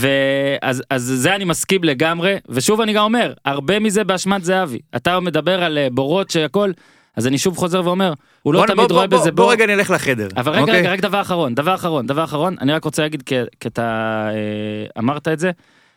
אז זה אני מסכים לגמרי, ושוב אני גם אומר, הרבה מזה באשמת זהבי. אתה מדבר על בורות שהכל, אז אני שוב חוזר ואומר, הוא לא תמיד רואה בזה בוא רגע נלך לחדר. אבל רגע, רק דבר אחרון, אני רק רוצה להגיד, כי אתה אמרת את זה,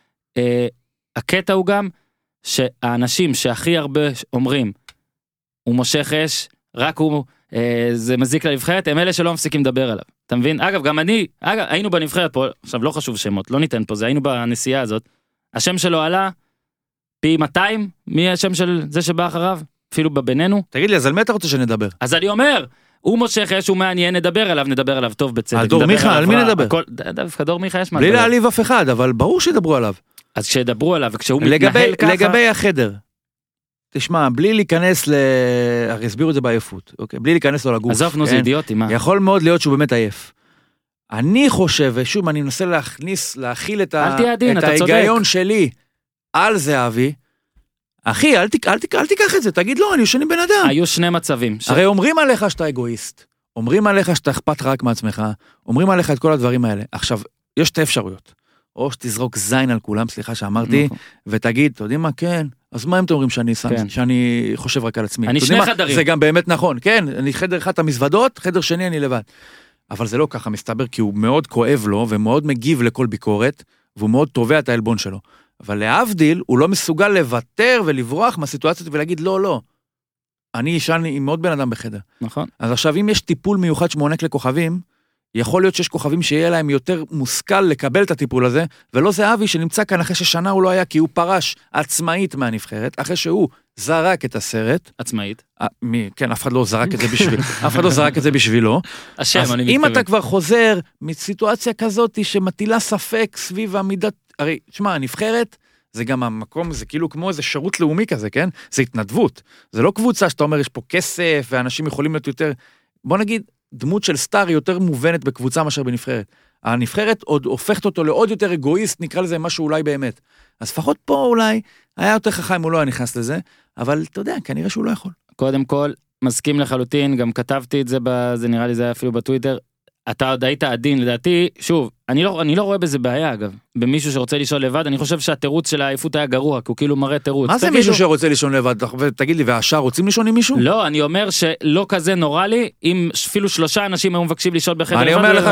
הקטע הוא גם, שהאנשים שהכי הרבה אומרים, הוא מושך אש, רק הוא, זה מזיק לנבחרת, הם אלה שלא מפסיקים לדבר עליו. אתה מבין? אגב, גם היינו בנבחרת פה, עכשיו לא חשוב שמות, לא ניתן פה, זה היינו בנסיעה הזאת, השם שלו עלה, פי 200, מי השם של זה שבא אחריו? אפילו בבינינו. תגיד לי, אז על מי אתה רוצה שנדבר? אז אני אומר, הוא מושך אש, הוא מעניין, נדבר עליו טוב בצדק. על דור מיכה, על מי נדבר? דווקא דור מיכה יש מה בלי להעליב אף אחד, אבל ברור שידברו עליו. אז שידברו עליו, וכשהוא מתנהל ככה... לגבי החדר, תשמע, בלי להיכנס הרי הסבירו את זה בעייפות, אוקיי? בלי להיכנס לו לגוף. עזוב, נו, זה אידיוטי, מה? יכול מאוד להיות שהוא באמת עייף. אני חושב, ושוב, אני מנסה להכיל את ההיגיון שלי על זהבי, אחי, אל תיקח את זה, תגיד לא, אני ישן עם בן אדם. היו שני מצבים. הרי אומרים עליך שאתה אגואיסט, אומרים עליך שאתה אכפת רק מעצמך, אומרים עליך את כל הדברים האלה. עכשיו, יש שתי אפשרויות. או שתזרוק זין על כולם, סליחה שאמרתי, ותגיד, אתה יודעים מה, כן, אז מה הם אתם אומרים שאני חושב רק על עצמי? אני שני חדרים. זה גם באמת נכון, כן, אני חדר אחד המזוודות, חדר שני אני לבד. אבל זה לא ככה מסתבר, כי הוא מאוד כואב לו, ומאוד מגיב לכל ביקורת, והוא מאוד תובע את העלבון שלו. אבל להבדיל, הוא לא מסוגל לוותר ולברוח מהסיטואציות ולהגיד, לא, לא. אני ישן עם עוד בן אדם בחדר. נכון. אז עכשיו, אם יש טיפול מיוחד שמוענק לכוכבים, יכול להיות שיש כוכבים שיהיה להם יותר מושכל לקבל את הטיפול הזה, ולא זה אבי שנמצא כאן אחרי ששנה הוא לא היה, כי הוא פרש עצמאית מהנבחרת, אחרי שהוא זרק את הסרט. עצמאית. כן, אף אחד לא זרק את זה בשביל, אף אחד לא זרק את זה בשבילו. השם, אז אם אתה כבר חוזר מסיטואציה כזאת שמטילה ספק סביב המידת, הרי, תשמע, הנבחרת, זה גם המקום, זה כאילו כמו איזה שירות לאומי כזה, כן? זה התנדבות. זה לא קבוצה שאתה אומר, יש פה כסף, ואנשים יכולים להיות יותר, בוא נגיד, דמות של סטאר יותר מובנת בקבוצה מאשר בנבחרת. הנבחרת עוד הופכת אותו לעוד יותר אגואיסט, נקרא לזה משהו אולי באמת. אז לפחות פה אולי היה יותר חכם, הוא לא היה נכנס לזה, אבל אתה יודע, כנראה שהוא לא יכול. קודם כל, מסכים לחלוטין, גם כתבתי את זה, זה נראה לי זה היה אפילו בטוויטר, אתה עוד היית עדין, לדעתי, שוב, אני לא רואה בזה בעיה, אגב, במישהו שרוצה לישון לבד, אני חושב שהתירוץ של העייפות היה גרוע, כי הוא כאילו מראה תירוץ. מה זה מישהו שרוצה לישון לבד? תגיד לי, והשאר רוצים לישון עם מישהו? לא, אני אומר שלא כזה נורא לי, אם אפילו 3 אנשים היו מבקשים לישון בחדר לבד. אני אומר לך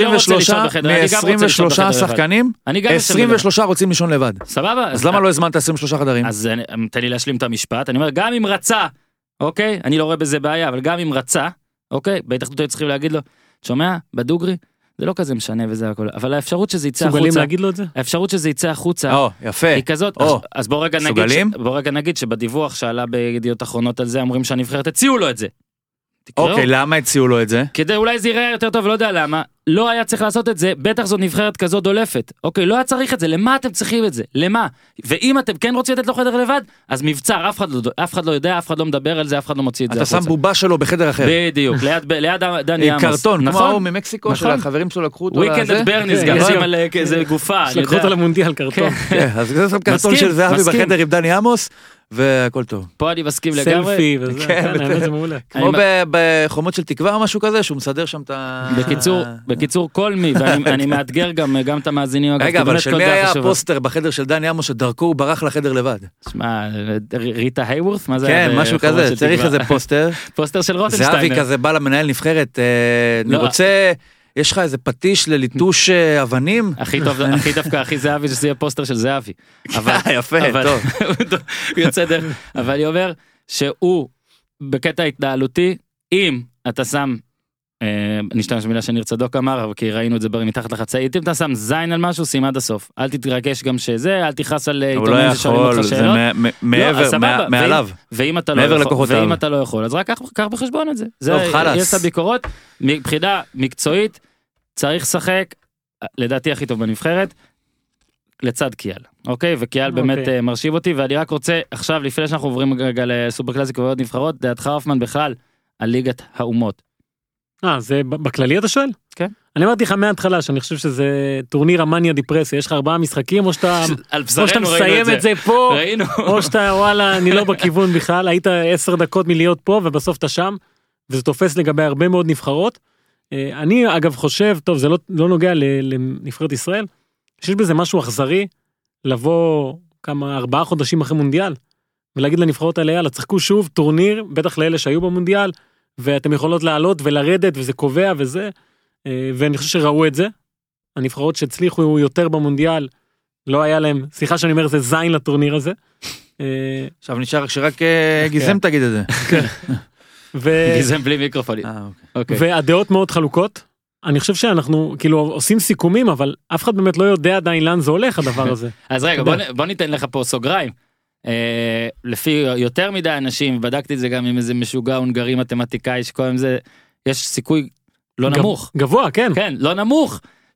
מ-23 שחקנים, 23 רוצים לישון לבד. סבבה? אז למה לא הזמנת 23 חדרים? אז תן לי להשלים את המשפט, אני אומר, גם אם רצה, אוקיי? אני לא רואה בזה בעיה, אבל גם אם רצה, אוקיי? בהתאחדות היו צריכים להגיד לו, שומע? בדוגרי, זה לא כזה משנה וזה הכל, אבל האפשרות שזה יצא החוצה, סוגלים להגיד לו את זה? האפשרות שזה יצא החוצה, יפה. היא כזאת, אז בוא רגע נגיד שבדיווח שעלה בידיעות אחרונות על זה, אומרים שהנבחרת הציעו לו את זה. אוקיי, למה הציעו לו את זה? כדי אולי זה יראה יותר טוב, לא יודע למה, לא היה צריך לעשות את זה, בטח זאת נבחרת כזו דולפת. אוקיי, לא היה צריך את זה, למה אתם צריכים את זה? למה? ואם אתם כן רוצים לתת לו חדר לבד, אז מבצר, אף אחד לא יודע, אף אחד לא מדבר על זה, אף אחד לא מוציא את זה. אתה שם בובה שלו בחדר אחר. בדיוק, ליד דני עמוס. קרטון, כמו הוא ממקסיקו, שהחברים שלו לקחו אותו וויקנד את ברניס, גם שים על איזה גופה. לקחו אותו למונדיאל קרטון. אז זה שם קרטון של זהבי בחדר עם דני עמוס, והכל טוב. פה אני מסכים לגמרי. סלפי וזה, כן, זה מעולה. כמו בחומות של תקווה או משהו כזה, שהוא מסדר שם את ה... בקיצור, כל מי, ואני מאתגר גם את המאזינים. רגע, אבל של מי היה הפוסטר בחדר של דני עמוס שדרכו הוא ברח לחדר לבד? שמע, ריטה הייוורת? מה זה? כן, משהו כזה, צריך איזה פוסטר. פוסטר של רוטנשטיינר. זהבי כזה בא למנהל נבחרת, אני רוצה... יש לך איזה פטיש לליטוש אבנים? הכי דווקא, הכי זהבי שזה יהיה פוסטר של זהבי. יפה, טוב. הוא יוצא דרך. אבל אני אומר שהוא, בקטע התנהלותי, אם אתה שם, נשתמש במילה שניר צדוק אמר, כי ראינו את זה מתחת לחצאית, אם אתה שם זין על משהו, שים עד הסוף. אל תתרגש גם שזה, אל תכעס על עיתונאים ששואלים אותך שאלות. מעבר, מעליו. ואם אתה לא יכול, אז רק קח בחשבון את זה. יש את הביקורות, מבחינה מקצועית, צריך לשחק, לדעתי הכי טוב בנבחרת, לצד קיאל, אוקיי? וקיאל באמת מרשיב אותי, ואני רק רוצה, עכשיו, לפני שאנחנו עוברים רגע לסופר קלאסיק ועוד נבחרות, דעתך הופמן בכלל, על ליגת האומות. זה בכללי אתה שואל? כן. אני אמרתי לך מההתחלה שאני חושב שזה טורניר המניה דיפרסיה, יש לך 4 משחקים או שאתה מסיים את זה פה, או שאתה וואלה אני לא בכיוון בכלל, היית 10 דקות מלהיות פה ובסוף אתה שם, וזה תופס לגבי הרבה מאוד נבחרות. אני אגב חושב, טוב זה לא נוגע לנבחרת ישראל, שיש בזה משהו אכזרי, לבוא 4 חודשים אחרי מונדיאל, ולהגיד לנבחרות האלה, יאללה, צחקו שוב טורניר, בטח לאלה שהיו במונדיאל, ואתם יכולות לעלות ולרדת, וזה קובע וזה, ואני חושב שראו את זה. הנבחרות שהצליחו יותר במונדיאל, לא היה להם, סליחה שאני אומר, זה זין לטורניר הזה. עכשיו נשאר שרק גיזם תגיד את זה. גיזם בלי מיקרופונים. אוקיי. והדעות מאוד חלוקות. אני חושב שאנחנו כאילו עושים סיכומים, אבל אף אחד באמת לא יודע עדיין לאן זה הולך הדבר הזה. אז רגע, בוא ניתן לך פה סוגריים. לפי יותר מדי אנשים, בדקתי את זה גם עם איזה משוגע הונגרי מתמטיקאי שקוראים זה, יש סיכוי לא נמוך. גבוה, כן. כן, לא נמוך.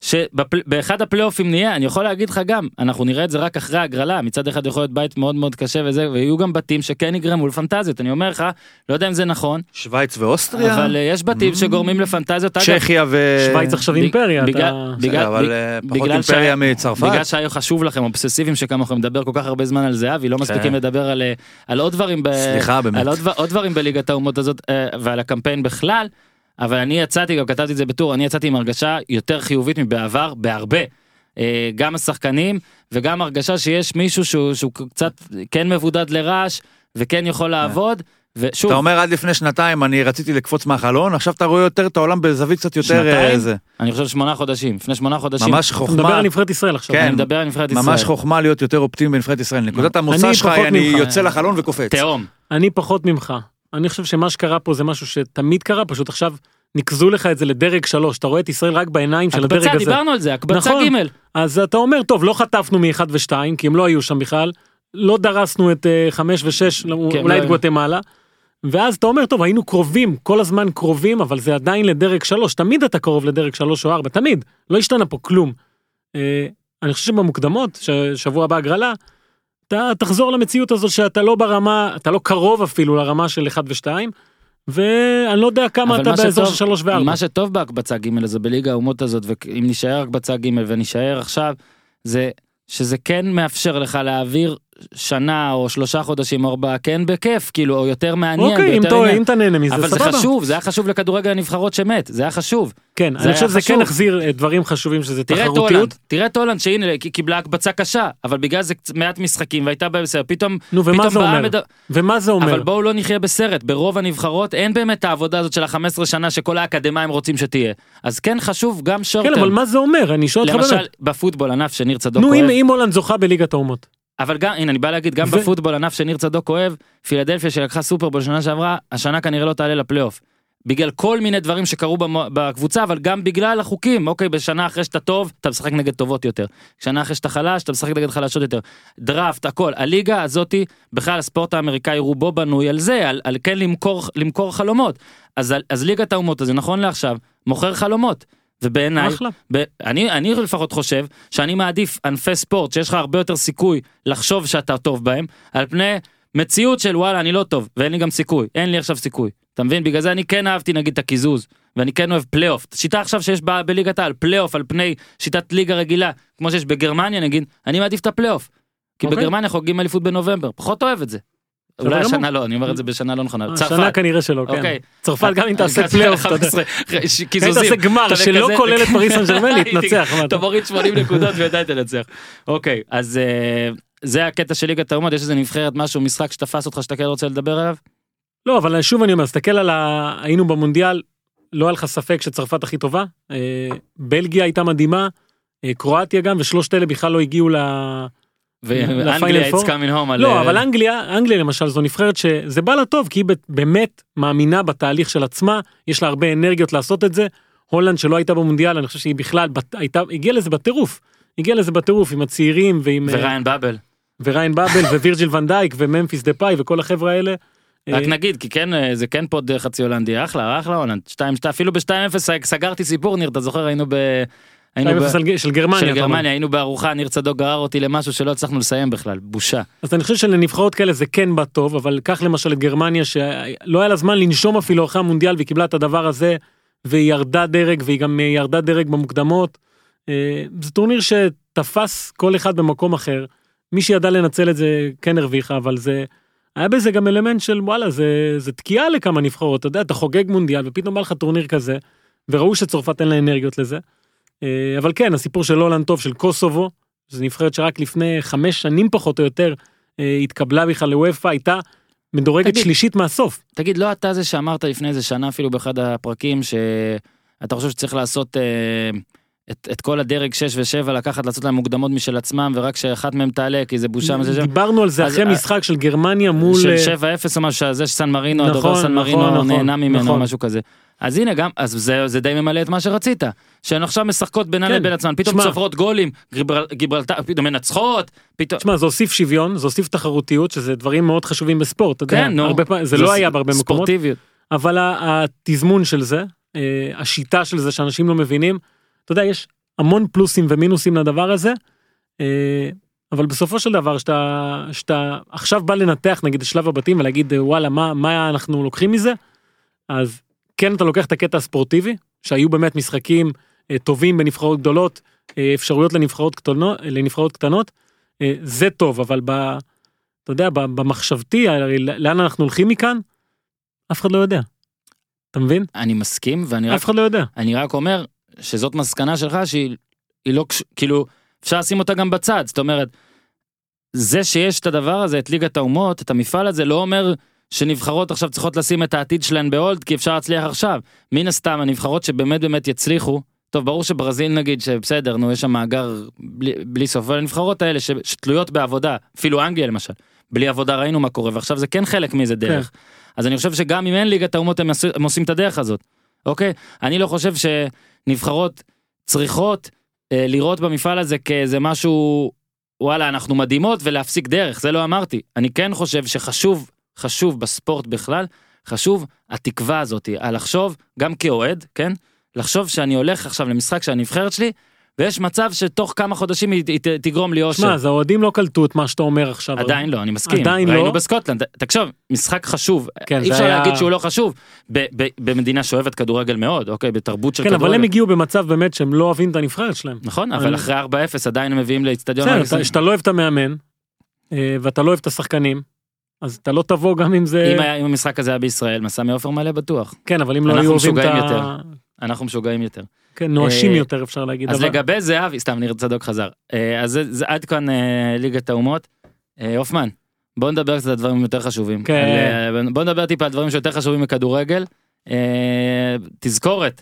שבאחד הפלייאופים נהיה, אני יכול להגיד לך גם, אנחנו נראה את זה רק אחרי הגרלה, מצד אחד יכול להיות בית מאוד מאוד קשה וזה, ויהיו גם בתים שכן יגרמו לפנטזיות, אני אומר לך, לא יודע אם זה נכון. שוויץ ואוסטריה? אבל יש בתים שגורמים לפנטזיות. צ'כיה שוויץ עכשיו אימפריה. אבל פחות אימפריה מצרפת. בגלל שהיה חשוב לכם, אובססיביים שכמוכם מדבר כל כך הרבה זמן על זהבי, לא מספיקים לדבר על עוד דברים, סליחה באמת. עוד דברים בליגת האומות הזאת, ועל הקמפיין בכלל. אבל אני יצאתי, גם כתבתי את זה בטור, אני יצאתי עם הרגשה יותר חיובית מבעבר, בהרבה. גם השחקנים, וגם הרגשה שיש מישהו שהוא קצת כן מבודד לרעש, וכן יכול לעבוד, ושוב... אתה אומר עד לפני שנתיים, אני רציתי לקפוץ מהחלון, עכשיו אתה רואה יותר את העולם בזווית קצת יותר... שנתיים? אני חושב 8 חודשים, לפני 8 חודשים. ממש חוכמה... אתה מדבר על נבחרת ישראל עכשיו. אני מדבר על נבחרת ישראל. ממש חוכמה להיות יותר אופטימי בנבחרת ישראל. נקודת המוצא שלך, אני יוצא לחלון וקופץ. תאום. אני פחות ממך. אני חושב שמה שקרה פה זה משהו שתמיד קרה, פשוט עכשיו נקזו לך את זה לדרג 3, אתה רואה את ישראל רק בעיניים של הדרג הזה. הקבצה, דיברנו על זה, הקבצה ג'. אז אתה אומר, טוב, לא חטפנו מ1 ו2, כי הם לא היו שם בכלל, לא דרסנו את 5 ו6, אולי את גואטמלה, ואז אתה אומר, טוב, היינו קרובים, כל הזמן קרובים, אבל זה עדיין לדרג 3, תמיד אתה קרוב לדרג 3 או 4, תמיד, לא השתנה פה כלום. אני חושב שבמוקדמות, שבוע הבא הגרלה, אתה תחזור למציאות הזאת שאתה לא ברמה, אתה לא קרוב אפילו לרמה של 1 ו2, ואני לא יודע כמה אתה באזור של 3 ו4. מה שטוב בהקבצה ג' הזה בליגה האומות הזאת, ואם נשאר הקבצה ג' ונשאר עכשיו, זה שזה כן מאפשר לך להעביר שנה או 3 חודשים או 4, כן בכיף, כאילו, או יותר מעניין. אוקיי, אם אתה נהנה מזה, אבל זה חשוב, זה היה חשוב לכדורגל הנבחרות שמת, זה היה חשוב. כן, אני חושב שזה כן החזיר דברים חשובים שזה תחרותיות. תראה את הולנד שהנה קיבלה הקבצה קשה, אבל בגלל זה מעט משחקים והייתה בסדר, פתאום... נו, ומה זה אומר? אבל בואו לא נחיה בסרט, ברוב הנבחרות אין באמת העבודה הזאת של ה-15 שנה שכל האקדמיים רוצים שתהיה. אז כן חשוב גם שורטר. כן, אבל מה זה אומר? אני שואל אותך באמת. למשל, בפוטבול, ענף שניר צדוק נו, אם הולנד זוכה בליגת האומות. אבל גם, הנה, אני בא להגיד, גם בפוטבול, ענף שניר צדוק אוהב, פילדלפיה שלקחה סופרבול שנה שעברה, השנה כנראה לא תעלה לפלייאוף. בגלל כל מיני דברים שקרו בקבוצה, אבל גם בגלל החוקים. אוקיי, בשנה אחרי שאתה טוב, אתה משחק נגד טובות יותר. שנה אחרי שאתה חלש, אתה משחק נגד חלשות יותר. דראפט, הכל. הליגה הזאתי, בכלל הספורט האמריקאי רובו בנוי על זה, על כן למכור חלומות. אז ליגת האומות הזה, נכון לעכשיו, מוכר חלומות. ובעיניי, אני לפחות חושב שאני מעדיף ענפי ספורט שיש לך הרבה יותר סיכוי לחשוב שאתה טוב בהם, על פני מציאות של וואלה אני לא טוב ואין לי גם סיכוי, אין לי עכשיו סיכוי, אתה מבין? בגלל זה אני כן אהבתי נגיד את הקיזוז, ואני כן אוהב פלייאוף, שיטה עכשיו שיש בליגת העל, פלייאוף על פני שיטת ליגה רגילה, כמו שיש בגרמניה נגיד, אני מעדיף את הפלייאוף, כי בגרמניה חוגגים אליפות בנובמבר, פחות אוהב את זה. אולי השנה לא, אני אומר את זה בשנה לא נכונה. השנה כנראה שלא, כן. צרפת גם אם תעשה פלייאוף, תעשה גמר שלא כולל את פריס סן ז'רמן להתנצח. אתה מוריד 80 נקודות ועדיין תנצח. אוקיי, אז זה הקטע של ליגת האומות, יש איזה נבחרת משהו, משחק שתפס אותך שאתה כן רוצה לדבר עליו? לא, אבל שוב אני אומר, סתכל על היינו במונדיאל, לא היה לך ספק שצרפת הכי טובה, בלגיה הייתה מדהימה, קרואטיה גם, ושלושת אלה בכלל לא הגיעו ואנגליה it's coming home. לא, אבל אנגליה למשל זו נבחרת שזה בא לה טוב, כי היא באמת מאמינה בתהליך של עצמה, יש לה הרבה אנרגיות לעשות את זה, הולנד שלא הייתה במונדיאל, אני חושב שהיא בכלל הגיעה לזה בטירוף, עם הצעירים ועם... וריין באבל ווירג'יל ון דייק וממפיס דפאי וכל החבר'ה האלה. רק נגיד, כי כן, זה כן פוד חצי הולנדי, אחלה הולנד, 2-2, אפילו ב-2-0 סגרתי סיפור, ניר, אתה זוכר, היינו של גרמניה, היינו בארוחה, ניר צדוק גרר אותי למשהו שלא הצלחנו לסיים בכלל, בושה. אז אני חושב שלנבחרות כאלה זה כן בא טוב, אבל כך למשל את גרמניה, שלא היה לה זמן לנשום אפילו אחרי המונדיאל, והיא קיבלה את הדבר הזה, והיא ירדה דרג, והיא גם ירדה דרג במוקדמות. זה טורניר שתפס כל אחד במקום אחר, מי שידע לנצל את זה כן הרוויחה, אבל זה... היה בזה גם אלמנט של וואלה, זה תקיעה לכמה נבחרות, אתה יודע, אתה חוגג מונדיאל, ופתאום בא לך טורניר כזה, וראו שצרפת אין לה אנרגיות לזה. אבל כן, הסיפור של הולנד טוב, של קוסובו, זה נבחרת שרק לפני 5 שנים פחות או יותר, התקבלה בכלל לוופא, הייתה מדורגת תגיד. שלישית מהסוף. תגיד, לא אתה זה שאמרת לפני איזה שנה אפילו באחד הפרקים, שאתה חושב שצריך לעשות את כל הדרג 6 ו7, לקחת לעשות להם מוקדמות משל עצמם, ורק שאחת מהם תעלה, כי זה בושה. דיברנו על זה אחרי משחק של גרמניה מול... של 7-0 או משהו, זה שסן מרינו, הדובר סן מרינו נהנה ממנו או משהו כזה. אז הנה גם, אז זה די ממלא את מה שרצית, שהן עכשיו משחקות בינן לבין עצמן, פתאום צוברות גולים, גיברלטר, פתאום מנצחות, פתאום... תשמע, זה הוסיף שוויון, זה הוסיף תחרותיות, שזה דברים מאוד חשובים בספורט, אתה יודע, זה לא היה בהרבה מקומות, אבל התזמון של זה, השיטה של זה שאנשים לא מבינים, אתה יודע, יש המון פלוסים ומינוסים לדבר הזה, אבל בסופו של דבר, שאתה עכשיו בא לנתח, נגיד, את שלב הבתים, ולהגיד, וואלה, מה אנחנו לוקחים מזה? אז כן, אתה לוקח את הקטע הספורטיבי, שהיו באמת משחקים טובים בנבחרות גדולות, אפשרויות לנבחרות קטנות, זה טוב, אבל אתה יודע, במחשבתי, לאן אנחנו הולכים מכאן, אף אחד לא יודע. אתה מבין? אני מסכים, אף אחד לא יודע. אני רק אומר, שזאת מסקנה שלך, שהיא לא, כאילו, אפשר לשים אותה גם בצד, זאת אומרת, זה שיש את הדבר הזה, את ליגת האומות, את המפעל הזה, לא אומר שנבחרות עכשיו צריכות לשים את העתיד שלהן בהולד, כי אפשר להצליח עכשיו. מן הסתם, הנבחרות שבאמת יצליחו, טוב, ברור שברזיל נגיד, שבסדר, יש שם מאגר בלי סוף, אבל הנבחרות האלה שתלויות בעבודה, אפילו אנגליה למשל, בלי עבודה ראינו מה קורה, ועכשיו זה כן חלק מאיזה דרך. אז אני חושב שגם אם אין ליגת האומות, הם עושים את הדרך הזאת. אוקיי? אני לא חושב שנבחרות צריכות לראות במפעל הזה כאיזה משהו, וואלה, אנחנו מדהימות ולהפסיק דרך, זה לא אמרתי. אני כן חושב חשוב בספורט בכלל, חשוב התקווה הזאת, לחשוב, גם כאוהד, כן? לחשוב שאני הולך עכשיו למשחק שהנבחרת שלי, ויש מצב שתוך כמה חודשים היא תגרום לי אושר. שמע, אז האוהדים לא קלטו את מה שאתה אומר עכשיו. עדיין לא, אני מסכים. עדיין ראינו לא. בסקוטלנד, תקשוב, משחק חשוב. כן, אי אפשר להגיד שהוא לא חשוב. במדינה שאוהבת כדורגל מאוד, אוקיי, בתרבות של כדורגל. כן, אבל הם הגיעו במצב באמת שהם לא אוהבים את הנבחרת שלהם. נכון, אבל אחרי 4-0 עדיין הם מביאים לאצטדיון. שאתה לא אוהב את המאמן, ואתה לא אוהב את השחקנים, אז אתה לא תבוא גם אם זה... אם המשחק הזה היה בישראל, מסע מעופר מלא בטוח. כן, אבל אם לא היו אוהבים את אנחנו משוגעים יותר. כן, נואשים יותר אפשר להגיד. אז לגבי זה, סתם ניר צדוק חזר. אז זה עד כאן ליגת האומות. אופמן, בוא נדבר קצת על דברים יותר חשובים. בוא נדבר טיפה על דברים שיותר חשובים מכדורגל. תזכורת.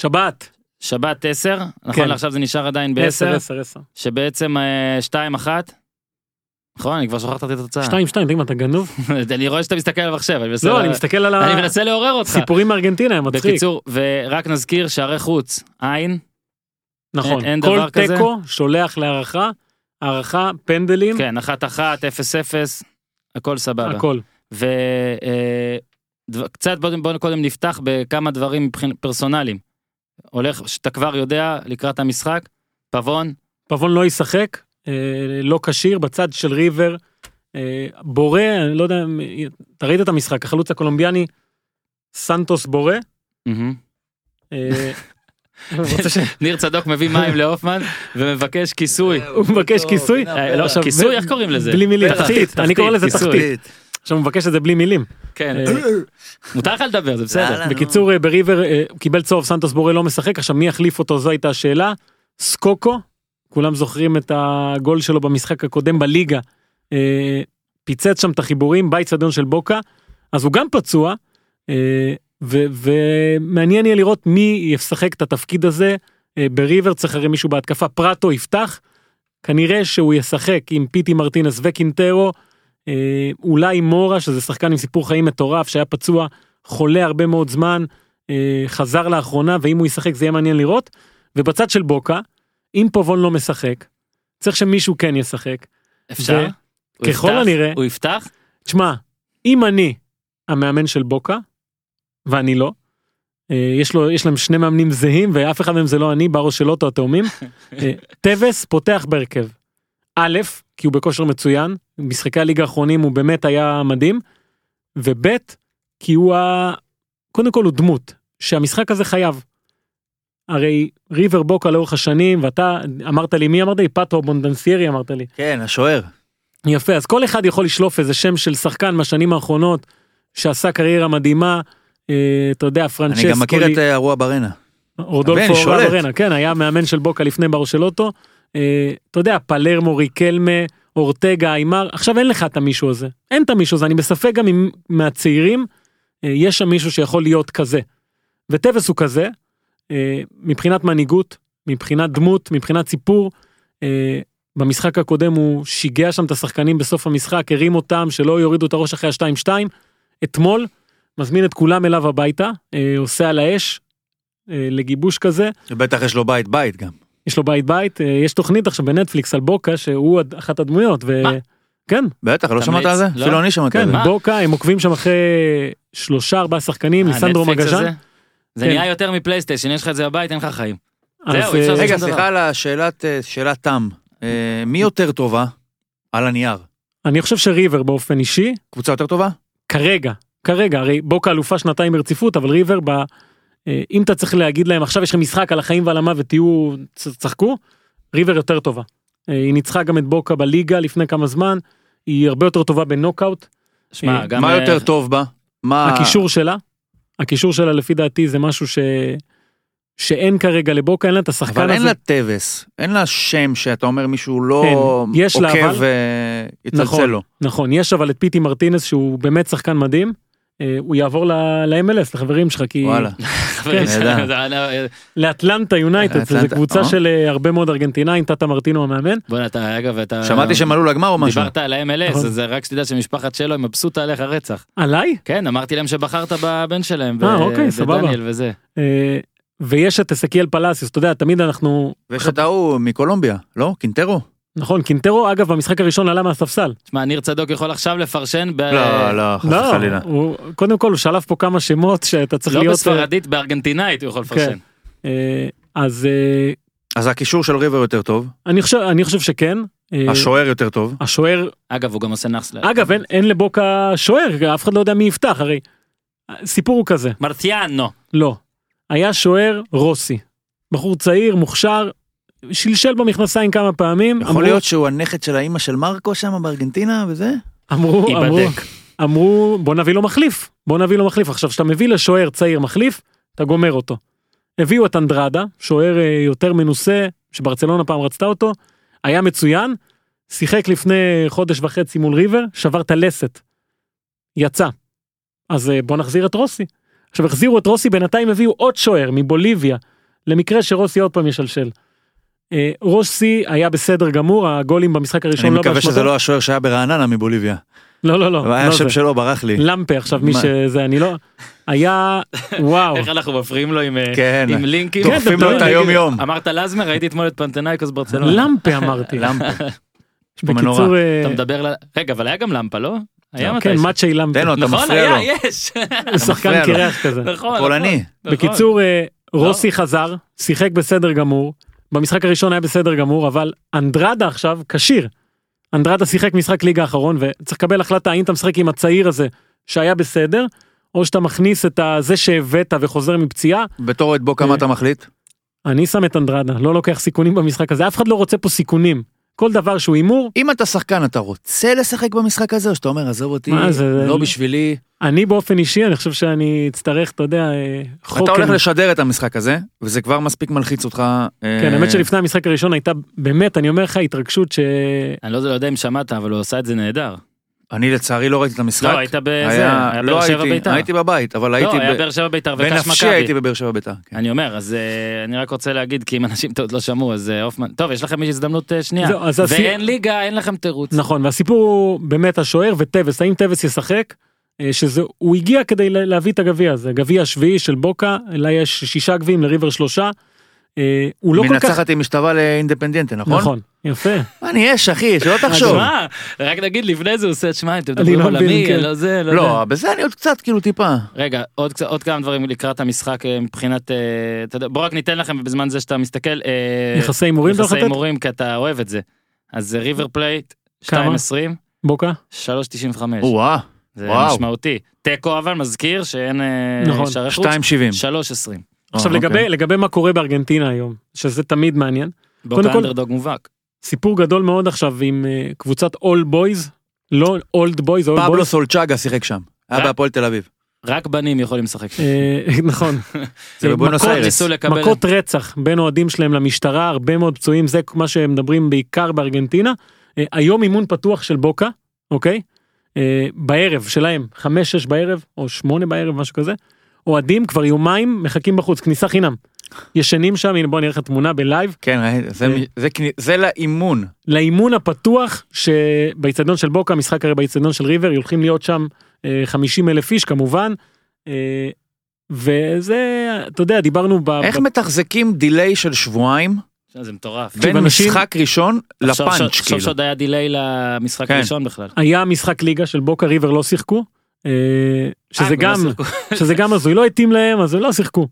שבת 10, נכון לעכשיו זה נשאר עדיין ב-10. שבעצם 2-1. נכון, אני כבר שוכחת את התוצאה. 2-2, תגיד מה, אתה גנוב? אני רואה שאתה מסתכל על המחשב. לא, אני מסתכל על אני מנסה לעורר אותך. סיפורים מארגנטינה, הם מצחיק. בקיצור, ורק נזכיר שערי חוץ, אין. נכון, כל טקו שולח הערכה, פנדלים. כן, 1-1, 0-0, הכל סבבה. הכל. וקצת בואו קודם נפתח בכמה דברים פרסונליים. הולך, שאתה כבר יודע לקראת המשחק, פבון לא ישחק. לא קשיר, בצד של ריבר, בורא, אני לא יודע, אתה ראית את המשחק, החלוץ הקולומביאני, סנטוס בורא. ניר צדוק מביא מים לאופמן, ומבקש כיסוי. הוא מבקש כיסוי? כיסוי, איך קוראים לזה? בלי מילים, תחתית, אני קורא לזה תחתית. עכשיו הוא מבקש את זה בלי מילים. כן, מותר לך לדבר, זה בסדר. בקיצור, בריבר, קיבל צהוב, סנטוס בורא לא משחק, עכשיו מי יחליף אותו, זו הייתה השאלה. סקוקו, כולם זוכרים את הגול שלו במשחק הקודם בליגה, פיצץ שם את החיבורים, באצטדיון של בוקה, אז הוא גם פצוע, ומעניין יהיה לראות מי ישחק את התפקיד הזה, בריבר צריך הרי מישהו בהתקפה, פרטו יפתח, כנראה שהוא ישחק עם פיטי מרטינס וקינטרו, אולי מורה, שזה שחקן עם סיפור חיים מטורף, שהיה פצוע, חולה הרבה מאוד זמן, חזר לאחרונה, ואם הוא ישחק זה יהיה מעניין לראות, ובצד של בוקה, אם פובון לא משחק, צריך שמישהו כן ישחק. אפשר? ככל הנראה. הוא יפתח? תשמע, אם אני המאמן של בוקה, ואני לא, יש להם שני מאמנים זהים, ואף אחד מהם זה לא אני, בראש של אוטו התאומים, טבס פותח בהרכב. א', כי הוא בכושר מצוין, משחקי הליגה האחרונים הוא באמת היה מדהים, וב', כי הוא קודם כל הוא דמות, שהמשחק הזה חייב. הרי ריבר בוקה לאורך השנים, ואתה אמרת לי, מי אמרת לי? פטרו בונדנסיירי אמרת לי. כן, השוער. יפה, אז כל אחד יכול לשלוף איזה שם של שחקן מהשנים האחרונות, שעשה קריירה מדהימה, אתה יודע, פרנצ'סקו. אני גם מכיר את ארוע ברנה. רודולפו ארוע ברנה, כן, היה מאמן של בוקה לפני ברושלוטו, אתה יודע, פלרמו, ריקלמה, אורטגה, איימר, עכשיו אין לך את המישהו הזה, אין את המישהו הזה, אני בספק גם אם מהצעירים, יש שם מישהו שיכול להיות כזה, וטבס הוא כזה, מבחינת מנהיגות, מבחינת דמות, מבחינת סיפור, במשחק הקודם הוא שיגע שם את השחקנים בסוף המשחק, הרים אותם שלא יורידו את הראש אחרי ה-2-2, אתמול מזמין את כולם אליו הביתה, עושה על האש, לגיבוש כזה. בטח יש לו בית גם. יש לו בית, יש תוכנית עכשיו בנטפליקס על בוקה, שהוא אחת הדמויות, כן. בטח, לא שמעת על זה? אפילו אני שמעתי על זה. כן, בוקה, הם עוקבים שם אחרי 3-4 שחקנים, ליסנדרו מגז'אן. זה נהיה יותר מפלייסטיישן, יש לך את זה בבית, אין לך חיים. רגע, סליחה על שאלת תם. מי יותר טובה על הנייר? אני חושב שריבר באופן אישי. קבוצה יותר טובה? כרגע, הרי בוקה אלופה 2 ברציפות, אבל ריבר, אם אתה צריך להגיד להם, עכשיו יש לכם משחק על החיים ועל המוות, צחקו, ריבר יותר טובה. היא ניצחה גם את בוקה בליגה לפני כמה זמן, היא הרבה יותר טובה בנוקאוט. מה יותר טוב בה? הקישור שלה לפי דעתי זה משהו שאין כרגע לבוקה, אין לה את השחקן הזה. אבל אין לה טבס, אין לה שם שאתה אומר מישהו לא עוקב ויצלצל לו. נכון, יש אבל את פיטי מרטינס שהוא באמת שחקן מדהים, הוא יעבור ל-MLS, לחברים שלך, כי... וואלה. לאטלנטה יונייטד, זו קבוצה של הרבה מאוד ארגנטינאים, טאטה מרטינו המאמן. בוא נתה, אגב, אתה... שמעתי שהם עלו לגמר או משהו. דיברת על ה-MLS, אז רק שתדע שמשפחת שלו, הם מבסוט עליך רצח. עליי? כן, אמרתי להם שבחרת בבן שלהם, אוקיי, סבבה. בדניאל וזה. ויש את אסקיאל פלאסיוס, אתה יודע, תמיד אנחנו... ויש את ההוא מקולומביה, לא? קינטרו? נכון, קינטרו, אגב, במשחק הראשון עלה מהספסל. תשמע, ניר צדוק יכול עכשיו לפרשן לא, חס וחלילה. קודם כל, הוא שלף פה כמה שמות שאתה צריך להיות... לא בספרדית, בארגנטינאית הוא יכול לפרשן. אז הקישור של ריבר יותר טוב. אני חושב שכן. השוער יותר טוב. השוער... אגב, הוא גם עושה נחס. אגב, אין לבוקה שוער, אף אחד לא יודע מי יפתח, הרי. סיפור הוא כזה. מרציאנו. לא. היה שוער רוסי. בחור צעיר, מוכשר, שלשל במכנסיים כמה פעמים. יכול להיות שהוא הנכד של האמא של מרקו שם בארגנטינה וזה? אמרו, בוא נביא לו מחליף. עכשיו, שאתה מביא לשוער צעיר מחליף, אתה גומר אותו. הביאו את אנדרדה, שוער יותר מנוסה, שברצלונה פעם רצתה אותו, היה מצוין, שיחק לפני חודש וחצי מול ריבר, שבר את הלסת. יצא. אז בוא נחזיר את רוסי. עכשיו, החזירו את רוסי, בינתיים הביאו עוד שוער מבוליביה, למקרה שרוסי עוד פעם ישלשל. רוסי היה בסדר גמור, הגולים במשחק הראשון אני מקווה שזה לא השוער שהיה ברעננה מבוליביה. לא. היה השם שלו, ברח לי. למפה עכשיו, מי שזה, אני לא... היה, וואו. איך אנחנו מפריעים לו עם לינקים? דוחפים לו את היום יום. אמרת לזמר, ראיתי אתמול את פנתנאיקוס ברצלונה. למפה אמרתי. למפה. בקיצור... אתה מדבר... רגע, אבל היה גם למפה, לא? כן, מצ'י למפה. נכון, היה, יש. שחקן קירח כזה. נכון. פולני. בקיצור, רוסי חזר, שיחק בסדר גמור. במשחק הראשון היה בסדר גמור, אבל אנדרדה עכשיו קשיר. אנדרדה שיחק משחק ליגה האחרון, וצריך לקבל החלטה, האם אתה משחק עם הצעיר הזה, שהיה בסדר, או שאתה מכניס את זה שהבאת וחוזר מפציעה. בתור את בוקה, מה אתה מחליט? אני שם את אנדרדה, לא לוקח סיכונים במשחק הזה, אף אחד לא רוצה פה סיכונים. כל דבר שהוא אימור. אם אתה שחקן, אתה רוצה לשחק במשחק הזה, או שאתה אומר, עזוב אותי, לא בשבילי. אני באופן אישי, אני חושב שאני אצטרך, אתה יודע, אתה הולך לשדר את המשחק הזה, וזה כבר מספיק מלחיץ אותך. כן, האמת שלפני המשחק הראשון הייתה, באמת, אני אומר לך, התרגשות ש... אני לא יודע אם שמעת, אבל הוא עושה את זה נהדר. אני לצערי לא ראיתי את המשחק. לא, היית בזה, היה באר שבע ביתר. הייתי בבית, אבל הייתי... לא, היה באר שבע ביתר וקש מכבי. בנפשי הייתי בבאר שבע ביתר. אני אומר, אז אני רק רוצה להגיד, כי אם אנשים לא שמעו, אז אופמן, טוב, יש לכם הזדמנות שנייה. ואין ליגה, אין לכם תירוץ. נכון, והסיפור הוא באמת השוער וטבס, האם טבס ישחק? הוא הגיע כדי להביא את הגביע הזה, גביע השביעי של בוקה, לה יש 6 גביעים, לריבר 3. הוא לא כל כך... מנצחת עם משתווה לאינדפנדנטה, נכון? נכון, יפה. אני יש, אחי, שלא תחשוב. רק נגיד, לפני זה הוא עושה, שמע, אתם מדברים עולמי, לא זה, לא זה. לא, בזה אני עוד קצת, כאילו טיפה. רגע, עוד כמה דברים לקראת המשחק מבחינת, בוא רק ניתן לכם, ובזמן זה שאתה מסתכל, יחסי הימורים, יחסי הימורים, כי אתה אוהב את זה. אז ריבר פלייט, 2.20. בוקה? 3.95. וואו. זה משמעותי. תיקו אבל מזכיר שאין... נכון, 2.70. 3.20. עכשיו לגבי מה קורה בארגנטינה היום, שזה תמיד מעניין. בוקה אנדרדוג מובהק. סיפור גדול מאוד עכשיו עם קבוצת אול בויז, לא אולד בויז, אול בויז. פבלו סולצ'אגה שיחק שם, היה בהפועל תל אביב. רק בנים יכולים לשחק שם. נכון. זה בבואנוס איירס. מכות רצח בין אוהדים שלהם למשטרה, הרבה מאוד פצועים, זה מה שהם מדברים בעיקר בארגנטינה. היום אימון פתוח של בוקה, אוקיי? בערב שלהם, 5-6 בערב, או 8 בערב, משהו כזה, אוהדים כבר יומיים מחכים בחוץ, כניסה חינם. ישנים שם, הנה בוא נראה לך תמונה בלייב. כן, זה לאימון. לאימון הפתוח, שבאצטדיון של בוקה, משחק הרי באצטדיון של ריבר, הולכים להיות שם 50,000 איש כמובן, וזה, אתה יודע, דיברנו איך מתחזקים דיליי של שבועיים? זה מטורף. בין משחק ראשון לפאנץ' כאילו. שעוד היה דיליי למשחק הראשון בכלל. היה משחק ליגה של בוקה ריבר לא שיחקו, שזה גם הזוי, לא התאים להם, אז הם לא שיחקו.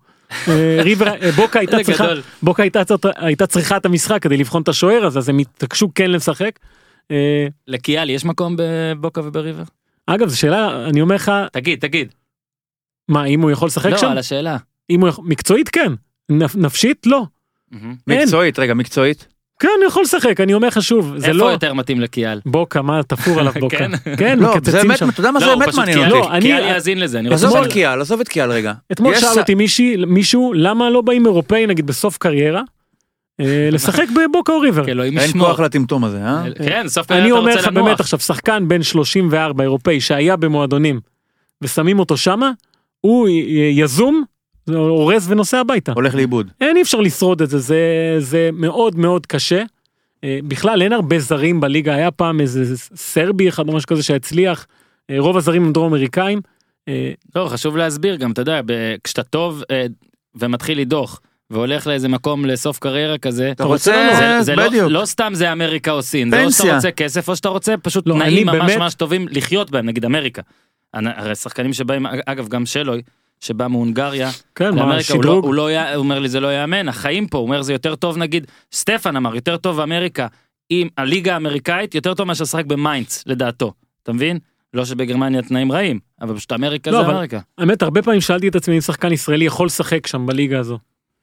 בוקה הייתה צריכה את המשחק כדי לבחון את השוער, אז הם התעקשו כן לשחק. לקיאל, יש מקום בבוקה ובריבר? אגב, זו שאלה, אני אומר לך... תגיד. מה, אם הוא יכול לשחק שם? לא, על השאלה. מקצועית כן, נפשית לא. מקצועית, רגע, מקצועית. כן, אני יכול לשחק, אני אומר לך שוב, זה לא... איפה יותר מתאים לקיאל? בוקה, מה תפור עליו בוקה? כן, לא, זה באמת, אתה יודע מה זה באמת מעניין אותי? קיאל יאזין לזה, אני רוצה... עזוב את קיאל רגע. אתמול שאל אותי מישהו, למה לא באים אירופאים, נגיד בסוף קריירה, לשחק בבוקה או ריבר? אין כוח לטמטום הזה, אה? כן, סוף קריירה אני אתה אומר רוצה לך לנוח. באמת עכשיו, שחקן בין 34 אירופאי שהיה במועדונים, ושמים אותו שמה, הוא יזום, אורז ונוסע הביתה. הולך לאיבוד. אי אפשר לשרוד את זה, זה מאוד מאוד קשה. בכלל אין הרבה זרים בליגה, היה פעם איזה סרבי אחד או משהו כזה שהצליח, רוב הזרים הם דרום אמריקאים. לא, חשוב להסביר גם, אתה יודע, כשאתה טוב ומתחיל לדוח, והולך לאיזה מקום לסוף קריירה כזה, אתה רוצה, בדיוק. לא סתם זה אמריקה או סין, זה או שאתה רוצה כסף או שאתה רוצה פשוט תנאים ממש טובים לחיות בהם, נגיד אמריקה. הרי שחקנים שבאים, אגב גם שלוי, שבא מהונגריה, לאמריקה, הוא אומר לי זה לא יאמן, החיים פה, הוא אומר זה יותר טוב נגיד, סטפן אמר, יותר טוב באמריקה, עם הליגה האמריקאית, יותר טוב מאשר לשחק במיינץ, לדעתו, אתה מבין? לא שבגרמניה תנאים רעים, אבל פשוט אמריקה זה אמריקה. האמת, הרבה פעמים שאלתי את עצמי אם שחקן ישראלי יכול לשחק שם בליגה הזו.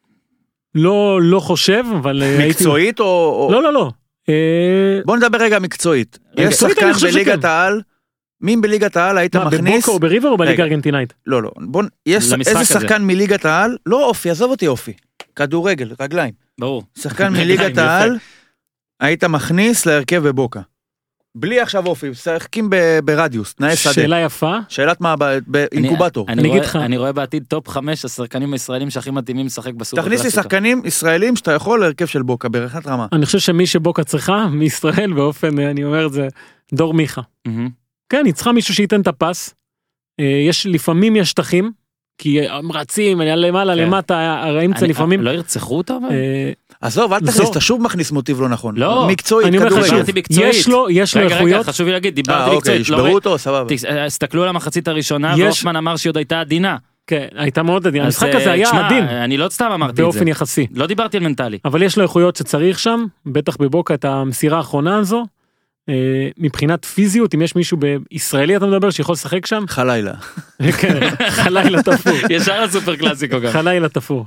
לא חושב, אבל... מקצועית או... לא. בוא נדבר רגע מקצועית. יש שחקן בליגת העל, מי בליגת העל היית מכניס... בבוקה או בריבר או בליגה הארגנטינאית? לא. איזה שחקן מליגת העל, לא אופי, עזוב אותי אופי. כדורגל, רגליים. ברור. שחקן מליגת העל, היית מכניס להרכב בבוקה. בלי עכשיו אופי, שחקים ברדיוס, תנאי שדה. שאלה יפה. שאלת מה, באינקובטור. אני רואה בעתיד טופ 5 השחקנים הישראלים שהכי מתאימים לשחק בסופר קלאסיקה. תכניס לי שחקנים ישראלים שאתה יכול להרכב של בוקה, ברחת רמה. אני חושב שמי שבוקה צריכה, מישראל באופן, אני אומר את זה, דור מיכה. כן, היא צריכה מישהו שייתן את הפס. לפעמים יש שטחים, כי הם רצים, למעלה, למטה, האמצע לפעמים. לא ירצחו אותו? עזוב, אל תכניס, אתה שוב מכניס מוטיב לא נכון. לא, מקצועית, כדורגל. יש לו איכויות. חשוב לי להגיד, דיברתי מקצועית. ישברו אותו, סבבה. הסתכלו על המחצית הראשונה, ואופמן אמר שהיא עוד הייתה עדינה. כן, הייתה מאוד עדינה. המשחק הזה היה עדין. אני לא סתם אמרתי את זה. באופן יחסי. לא דיברתי על מנטלי. אבל יש לו איכויות שצריך שם, בטח בבוקה את המסירה האחרונה הזו. מבחינת פיזיות, אם יש מישהו בישראלי אתה מדבר שיכול לשחק שם? חלילה. כן, חלילה תפור. ישר הסופר קלאסיקו גם. חלילה תפור.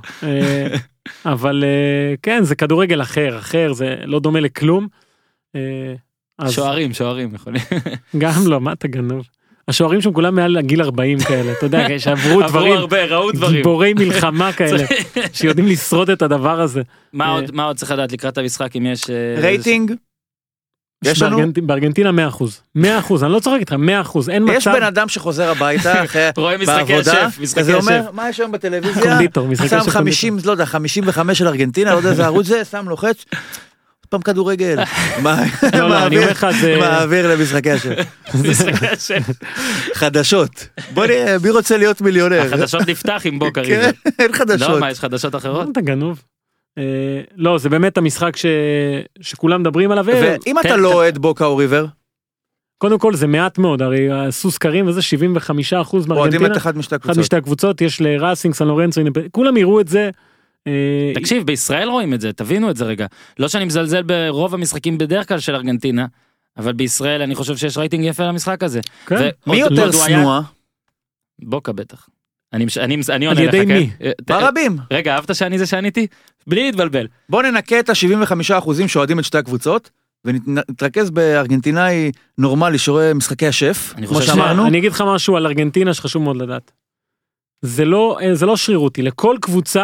אבל כן, זה כדורגל אחר, זה לא דומה לכלום. שוערים, יכולים. גם לא, מה אתה גנוב? השוערים שם כולם מעל גיל 40 כאלה, אתה יודע, שעברו דברים, גיבורי מלחמה כאלה, שיודעים לשרוד את הדבר הזה. מה עוד צריך לדעת לקראת המשחק אם יש... רייטינג? יש לנו? בארגנטינה 100%, אני לא צוחק איתך, 100%, אין מצב. יש בן אדם שחוזר הביתה אחרי בעבודה, כזה אומר, מה יש היום בטלוויזיה? שם 50, לא יודע, 55 של ארגנטינה, לא יודע איזה ערוץ זה, שם לוחץ, פעם כדורגל. מעביר למשחקי השם. חדשות. בוא נראה, מי רוצה להיות מיליונר? החדשות נפתח עם בוקה ריבר. אין חדשות. לא, מה, יש חדשות אחרות? אתה גנוב. לא, זה באמת המשחק שכולם מדברים עליו. ואם אתה לא אוהד בוקה או ריבר? קודם כל זה מעט מאוד, הרי עשו סקרים וזה 75% מארגנטינה. אוהדים את אחת משתי הקבוצות, יש לראסינג, סן לורנצו, כולם יראו את זה. תקשיב, בישראל רואים את זה, תבינו את זה רגע. לא שאני מזלזל ברוב המשחקים בדרך כלל של ארגנטינה, אבל בישראל אני חושב שיש רייטינג יפה למשחק הזה. מי יותר שנוע? בוקה בטח. אני עונה על ידי מי? ברבים. רגע, אהבת שאני זה שעניתי? בלי להתבלבל. בוא ננקה את ה-75% שאוהדים את שתי הקבוצות, ונתרכז בארגנטינאי נורמלי שרואה משחקי השף, כמו שאמרנו. אני אגיד לך משהו על ארגנטינה שחשוב מאוד לדעת. זה לא שרירותי,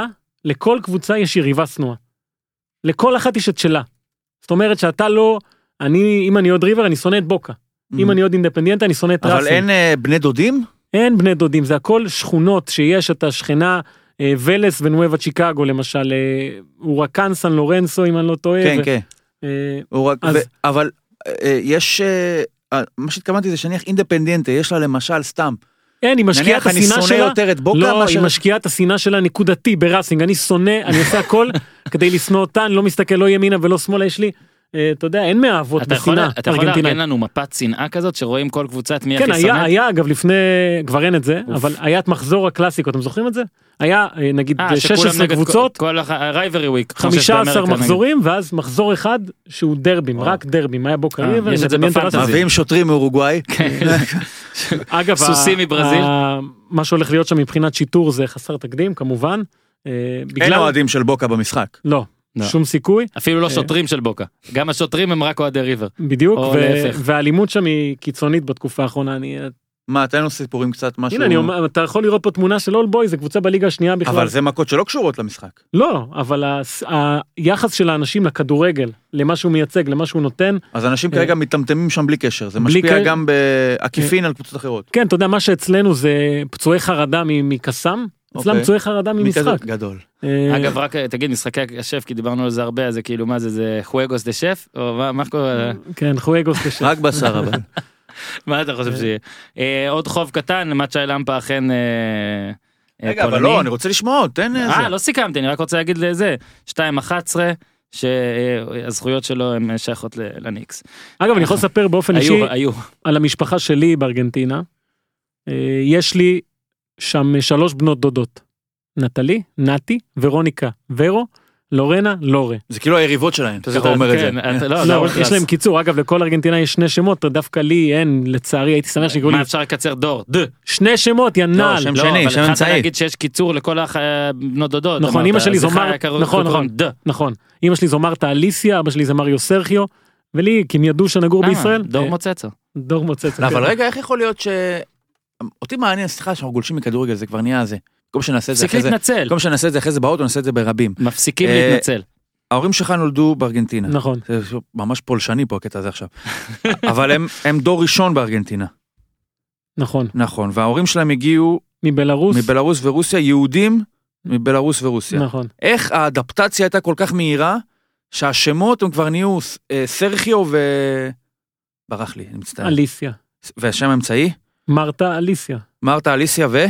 לכל קבוצה יש יריבה שנואה. לכל אחת יש את שלה. זאת אומרת שאתה לא, אם אני עוד ריבר, אני שונא את בוקה. אם אני עוד אינדפנדיאנטה, אני שונא את ראסינג. אבל אין בני דודים? אין בני דודים, זה הכל שכונות שיש את השכנה, ולס ונואבה צ'יקגו למשל, אורקן סן לורנסו אם אני לא טועה. כן, כן. אבל יש, מה שהתכוונתי זה שנניח אינדפנדיאנטה, יש לה למשל סתם. אין, היא משקיעה את השנאה שלה. נניח אני שונא יותר את בוקה. לא, היא משקיעה את השנאה שלה נקודתי בראסינג, אני שונא, אני עושה הכל כדי לשנוא אותן, לא מסתכל לא ימינה ולא שמאלה, יש לי, אתה יודע, אין מאהבות בשנאה. אתה יכול לארגן לנו מפת שנאה כזאת, שרואים כל קבוצת מי הכי שונאת? כן, היה אגב לפני, כבר אין את זה, אבל היה את מחזור הקלאסיקות, אתם זוכרים את זה? היה נגיד 16 קבוצות, כל רייברי וויק, 15 מחזורים, ואז מחזור אחד שהוא דרבים, רק דרבים, היה בוקה ריבר, מביאים שוטרים מאורוגוואי. אגב, סוסים מברזיל. מה שהולך להיות שם מבחינת שיטור זה חסר תקדים, כמובן. אין אוהדים של בוקה במשחק. לא. שום סיכוי. אפילו לא שוטרים של בוקה. גם השוטרים הם רק אוהדי ריבר. בדיוק, והאלימות שם היא קיצונית בתקופה האחרונה. מה, תן לנו סיפורים קצת משהו? הנה, אתה יכול לראות פה תמונה של אול בוי, זה קבוצה בליגה השנייה בכלל. אבל זה מכות שלא קשורות למשחק. לא, אבל היחס של האנשים לכדורגל, למה שהוא מייצג, למה שהוא נותן. אז אנשים כרגע מתמתמים שם בלי קשר, זה משפיע גם בעקיפין על קבוצות אחרות. כן, אתה יודע, מה שאצלנו זה פצועי חרדה מקסם, אצלם פצועי חרדה ממשחק. גדול. אגב, רק תגיד, משחקי השף, כי דיברנו על זה הרבה, זה כאילו, מה זה, זה חואגוס דה שף? או מה קורה? כן, חואגוס דה שף. רק בשר אבל. מה אתה חושב שיהיה? עוד חוב קטן, מצ'אי למפה אכן פולני. רגע, אבל לא, אני רוצה לשמוע, תן זה. לא סיכמתי, אני רק רוצה להגיד לזה, 2-11, שהזכויות שלו הן שייכות לניקס. אגב, אני יכול לספר באופן אישי, על המשפחה שלי בארגנטינה, יש לי שם 3 בנות דודות, נטלי, נתי, ורוניקה, ורו, לורנה, לורה. זה כאילו היריבות שלהם, אתה אומר את זה. לא, יש להם קיצור, אגב, לכל ארגנטינה יש 2 שמות, דווקא לי אין, לצערי, הייתי שמח שיקראו לי. מה אפשר לקצר דור? 2 שמות, ינל. לא, שם שני, שם אמצעי. אמצעי. להגיד שיש קיצור לכל בנות דודות. נכון, אמא שלי זומר, נכון, אמא שלי זומרת אליסיה, אבא שלי זמר יוסרחיו, ולי, כי הם ידעו שנגור בישראל. דור מוצצו. דור מוצצו. אבל רגע, איך יכול להיות אותי מעניין, סליחה, שאנחנו גולשים מכדורגל, זה כבר נהיה זה. כל שנעשה את זה אחרי זה באוטו, נעשה את זה ברבים. מפסיקים להתנצל. ההורים שלך נולדו בארגנטינה. נכון. זה ממש פולשני פה הקטע הזה עכשיו. אבל הם דור ראשון בארגנטינה. נכון. נכון, וההורים שלהם הגיעו מבלרוס ורוסיה, יהודים מבלרוס ורוסיה. נכון. איך האדפטציה הייתה כל כך מהירה, שהשמות הם כבר נהיו סרחיו ברח לי, אני מצטער. אליסיה. והשם האמצעי? מרתה אליסיה. מרתה אליסיה ו?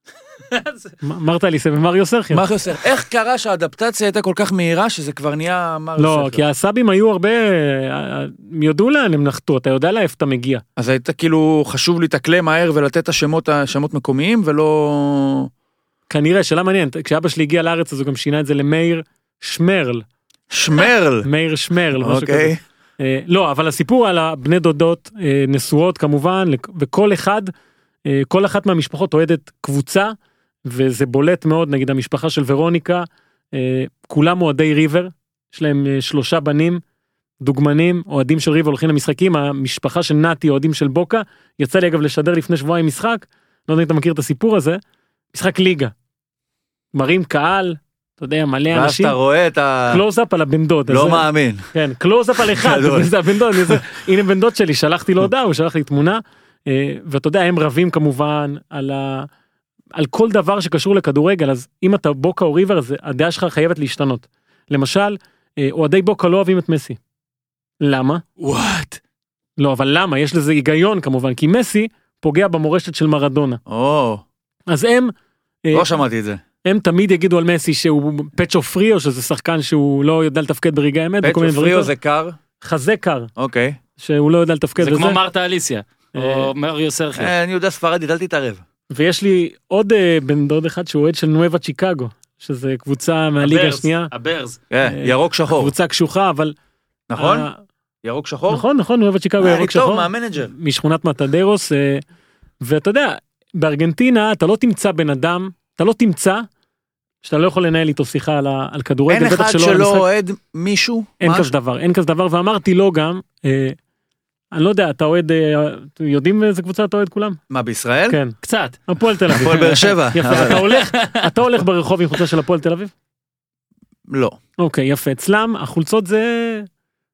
מרתה אליסיה ומריו סרחיו. מריו סרחיו. איך קרה שהאדפטציה הייתה כל כך מהירה שזה כבר נהיה מריו סרחיו? לא, כי הסאבים היו הרבה, יודעו לאן הם נחתו, אתה יודע לאיפה אתה מגיע. אז היית כאילו חשוב להתאקלם מהר ולתת את השמות מקומיים ולא... כנראה, שאלה מעניינת, כשאבא שלי הגיע לארץ אז הוא גם שינה את זה למאיר שמרל. שמרל? מאיר שמרל, משהו כזה. לא, אבל הסיפור על הבני דודות נשואות כמובן, וכל אחת מהמשפחות אוהדת קבוצה, וזה בולט מאוד, נגיד המשפחה של ורוניקה, כולם אוהדי ריבר, יש להם 3 בנים, דוגמנים, אוהדים של ריבר הולכים למשחקים, המשפחה של נתי, אוהדים של בוקה, יצא לי אגב לשדר לפני שבועיים משחק, לא יודע אם אתה מכיר את הסיפור הזה, משחק ליגה, מראים קהל, אתה יודע, מלא אנשים. ואז אתה רואה את קלוז-אפ על הבן דוד. לא מאמין. כן, קלוז-אפ על אחד, זה הבן דוד, הנה בן דוד שלי, שלחתי לו הודעה, הוא שלח לי תמונה, ואתה יודע, הם רבים כמובן על כל דבר שקשור לכדורגל, אז אם אתה בוקה או ריבר, אז הדעה שלך חייבת להשתנות. למשל, אוהדי בוקה לא אוהבים את מסי. למה? וואט? לא, אבל למה? יש לזה היגיון כמובן, כי מסי פוגע במורשת של מרדונה. אז הם... לא שמעתי את זה. הם תמיד יגידו על מסי שהוא פצ'ו פריו, שזה שחקן שהוא לא יודע לתפקד ברגעי האמת. פצ'ו פריו זה קר? חזה קר. אוקיי. שהוא לא יודע לתפקד. זה כמו מרתה אליסיה, או מריו סרחיו. אני יודע ספרדית, אל תתערב. ויש לי עוד בן דוד אחד שהוא אוהד של נואבה צ'יקגו, שזה קבוצה מהליגה השנייה. הברז. ירוק שחור. קבוצה קשוחה, אבל... נכון? ירוק שחור? נכון, נואבה צ'יקגו ירוק שחור. טוב, מהמנג'ר. משכונת מטדרוס, ואתה יודע, בארגנטינה אתה לא תמצא בן אדם, אתה לא תמצא שאתה לא יכול לנהל איתו שיחה על כדורגל. אין אחד שלא אוהד מישהו? אין כזה דבר, ואמרתי לו גם, אני לא יודע, אתה אוהד, יודעים איזה קבוצה אתה אוהד כולם? מה, בישראל? כן. קצת. הפועל תל אביב. הפועל באר שבע. יפה, אתה הולך ברחוב עם חולצה של הפועל תל אביב? לא. אוקיי, יפה. אצלם, החולצות זה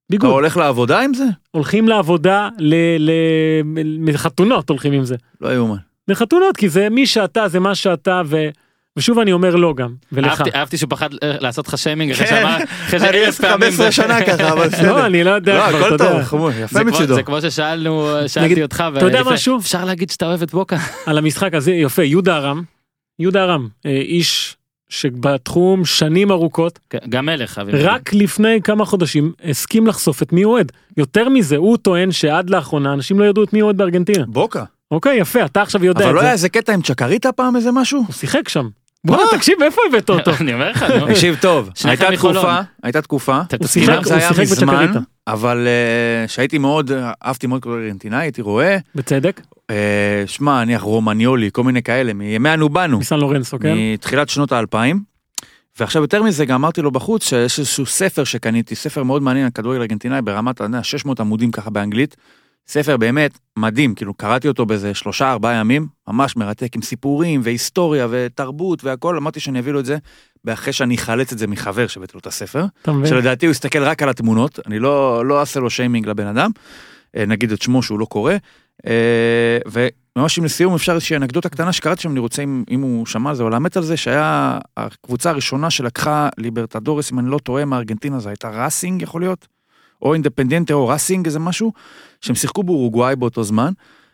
ביגוד. הולך לעבודה עם זה? הולכים לעבודה, לחתונות הולכים עם זה. לא יאומן. לחתונות, כי זה מי שאתה, זה מה שאתה, ושוב אני אומר לא גם, ולך. אהבתי שהוא פחד לעשות לך שיימינג, אני 15 שנה ככה, אבל בסדר. לא, אני לא יודע. לא, הכל טוב, חמוד, יפה מצידו. זה כמו ששאלתי אותך, אתה יודע משהו? אפשר להגיד שאתה אוהב את בוקה. על המשחק הזה, יפה, יהודה ארם, איש שבתחום שנים ארוכות, גם מלך. רק לפני כמה חודשים הסכים לחשוף את מי הוא אוהד. יותר מזה, הוא טוען שעד לאחרונה אנשים לא ידעו את מי הוא אוהד בארגנטינה. בוקה. אוקיי, יפה, אתה עכשיו יודע את זה. אבל לא היה איזה קטע עם צ'קריטה פעם איזה משהו? הוא שיחק שם. בוא תקשיב, איפה הבאת אותו? אני אומר לך, תקשיב טוב, הייתה תקופה, זה היה מזמן, אבל שהייתי מאוד, אהבתי מאוד כל ארגנטינאי, הייתי רואה. בצדק? שמע, נניח רומניולי, כל מיני כאלה, מימי אנו באנו. מסן לורנסו, כן? מתחילת שנות ה-2000. ועכשיו יותר מזה, גם אמרתי לו בחוץ, שיש איזשהו ספר שקניתי, ספר מאוד מעניין על כדורגל ארגנטינאי, ברמת 600 עמודים ככה באנגלית. ספר באמת מדהים, כאילו קראתי אותו באיזה 3-4 ימים, ממש מרתק עם סיפורים והיסטוריה ותרבות והכל, אמרתי שאני אביא לו את זה, אחרי שאני אחלץ את זה מחבר שהבאתי לו את הספר, שלדעתי הוא יסתכל רק על התמונות, אני לא אעשה לו שיימינג לבן אדם, נגיד את שמו שהוא לא קורא, וממש עם לסיום אפשר איזושהי אנקדוטה קטנה שקראתי שם, אני רוצה אם הוא שמע על זה, או לאמת על זה, שהיה הקבוצה הראשונה שלקחה ליברטדורס, אם אני לא טועה מהארגנטינה, זה הייתה ראסינג יכול להיות, או אינדפנדנטה או ראסינג איזה משהו, שהם שיחקו באורוגוואי באותו זמן,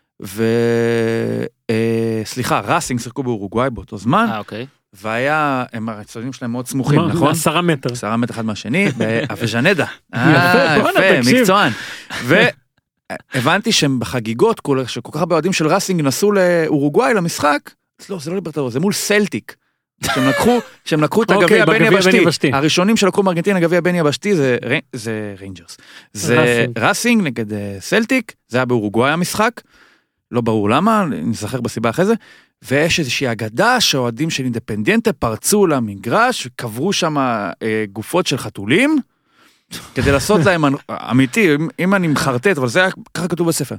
סליחה, ראסינג שיחקו באורוגוואי באותו זמן, אוקיי. והיה, הם הרצונים שלהם מאוד סמוכים, נכון? 10 מטר. 10 מטר אחד מהשני, באבז'נדה. יפה, מקצוען. והבנתי שהם בחגיגות, שכל כך הרבה אוהדים של ראסינג נסעו לאורוגוואי למשחק, לא, זה לא ליברטדורס, זה מול סלטיק. שהם לקחו את הגביע הבין-יבשתי, הראשונים שלקחו מארגנטינה הגביע הבין-יבשתי זה ריינג'רס, זה ראסינג נגד סלטיק, זה היה באורוגוואי המשחק, לא ברור למה, נזכר בסיבה אחרי זה, ויש איזושהי אגדה שהאוהדים של אינדפנדנטה פרצו למגרש, וקברו שם גופות של חתולים, כדי לעשות להם, אמיתי, אם אני מחרטט, אבל זה היה ככה כתוב בספר,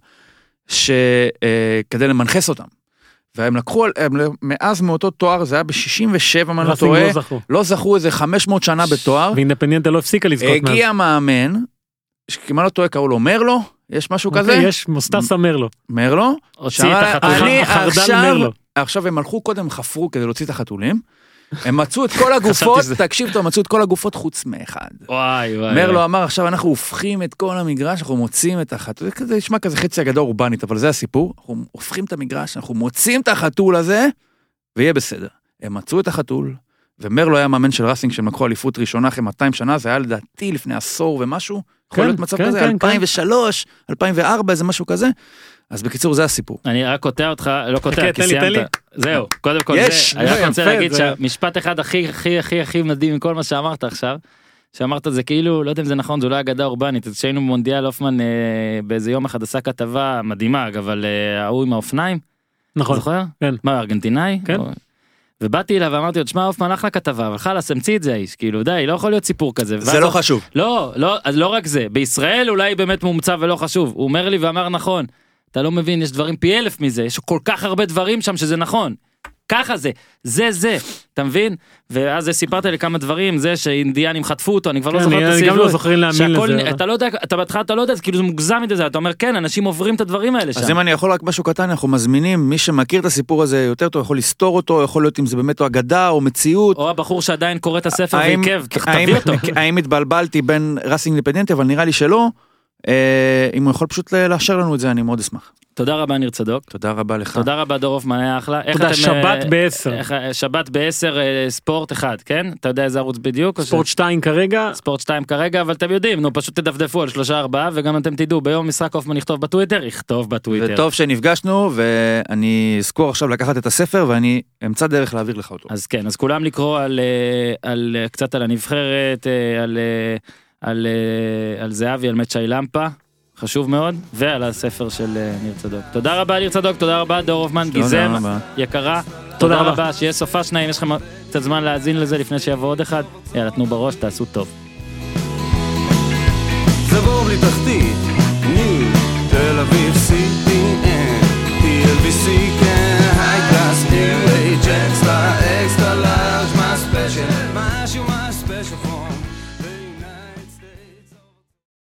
שכדי למנחס אותם. והם לקחו, מאז מאותו תואר, זה היה ב-67, מה אני טועה, לא זכו איזה 500 שנה בתואר. ואינדפנדנטה לא הפסיקה לזכות מאז. הגיע מאמן, שכמעט לא טועה, קראו לו מרלו, יש משהו כזה? יש מוסטסה מרלו. מרלו? הוציא את החתולים. עכשיו הם הלכו קודם, חפרו כדי להוציא את החתולים, הם מצאו את כל הגופות, תקשיב טוב, מצאו את כל הגופות חוץ מאחד. מרלו אמר, עכשיו אנחנו הופכים את כל המגרש, אנחנו מוצאים את החתול, זה נשמע כזה חצי אגדה אורבנית, אבל זה הסיפור, אנחנו הופכים את המגרש, אנחנו מוצאים את החתול הזה, ויהיה בסדר. הם מצאו את החתול, ומרלו היה מאמן של ראסינג, שהם לקחו אליפות ראשונה אחרי 200 שנה, זה היה לדעתי לפני עשור ומשהו, יכול להיות מצב כזה, 2003, 2004, איזה משהו כזה, אז בקיצור זה הסיפור. אני רק קוטע אותך, לא קוטע, כי סיימת. זהו, קודם כל זה, אני רק רוצה להגיד שהמשפט אחד הכי הכי הכי הכי מדהים מכל מה שאמרת עכשיו, שאמרת זה כאילו, לא יודע אם זה נכון, זו לא אגדה אורבנית, כשהיינו במונדיאל הופמן באיזה יום אחד עשה כתבה מדהימה, אבל ההוא עם האופניים, נכון, זוכר? כן. מה, ארגנטינאי? כן. ובאתי אליו ואמרתי עוד, שמע, הופמן אחלה כתבה, אבל חלאס, המציא את זה האיש, כאילו, די, לא יכול להיות סיפור כזה. זה לא חשוב. לא, אז לא רק זה, בישראל אולי באמת מומצא ולא חשוב, הוא אומר לי ואמר נכון, אתה לא מבין, יש דברים פי 1000 מזה, יש כל כך הרבה דברים שם שזה נכון, ככה זה, אתה מבין? ואז סיפרת לי כמה דברים, זה שאינדיאנים חטפו אותו, אני כבר לא זוכר את הסיפור. אני גם לא זוכרים להאמין לזה. אתה לא יודע, בהתחלה אתה לא יודע, כאילו זה מוגזם את זה, אתה אומר כן, אנשים עוברים את הדברים האלה שם. אז אם אני יכול רק משהו קטן, אנחנו מזמינים, מי שמכיר את הסיפור הזה יותר טוב, יכול לסתור אותו, יכול להיות אם זה באמת או אגדה או מציאות. או הבחור שעדיין קורא את הספר ועיקב, תביא אותו. האם התבלבלתי בין ראסינג אינדפנדנטה, אבל נראה לי שלא. אם הוא יכול פשוט לאשר לנו את זה, אני מאוד אשמח. תודה רבה ניר צדוק. תודה רבה לך. תודה רבה דור הופמן, היה אחלה. תודה, שבת ב-10. שבת ב-10, ספורט 1, כן? אתה יודע איזה ערוץ בדיוק? ספורט 2 כרגע. ספורט 2 כרגע, אבל אתם יודעים, נו, פשוט תדפדפו על 3-4, וגם אתם תדעו, ביום משחק הופמן יכתוב בטוויטר, יכתוב בטוויטר. וטוב שנפגשנו, ואני אזכור עכשיו לקחת את הספר, ואני אמצא דרך להעביר לך אותו. אז כן, אז כולם לקרוא קצת על הנבחרת, על זהבי, על מצ'י למפה. חשוב מאוד, ועל הספר של ניר צדוק. תודה רבה ניר צדוק, תודה רבה דור הופמן, גיזם, יקרה. תודה רבה, שיהיה סופה שניים, יש לכם קצת זמן להאזין לזה לפני שיבוא עוד אחד. יאללה, תנו בראש, תעשו טוב.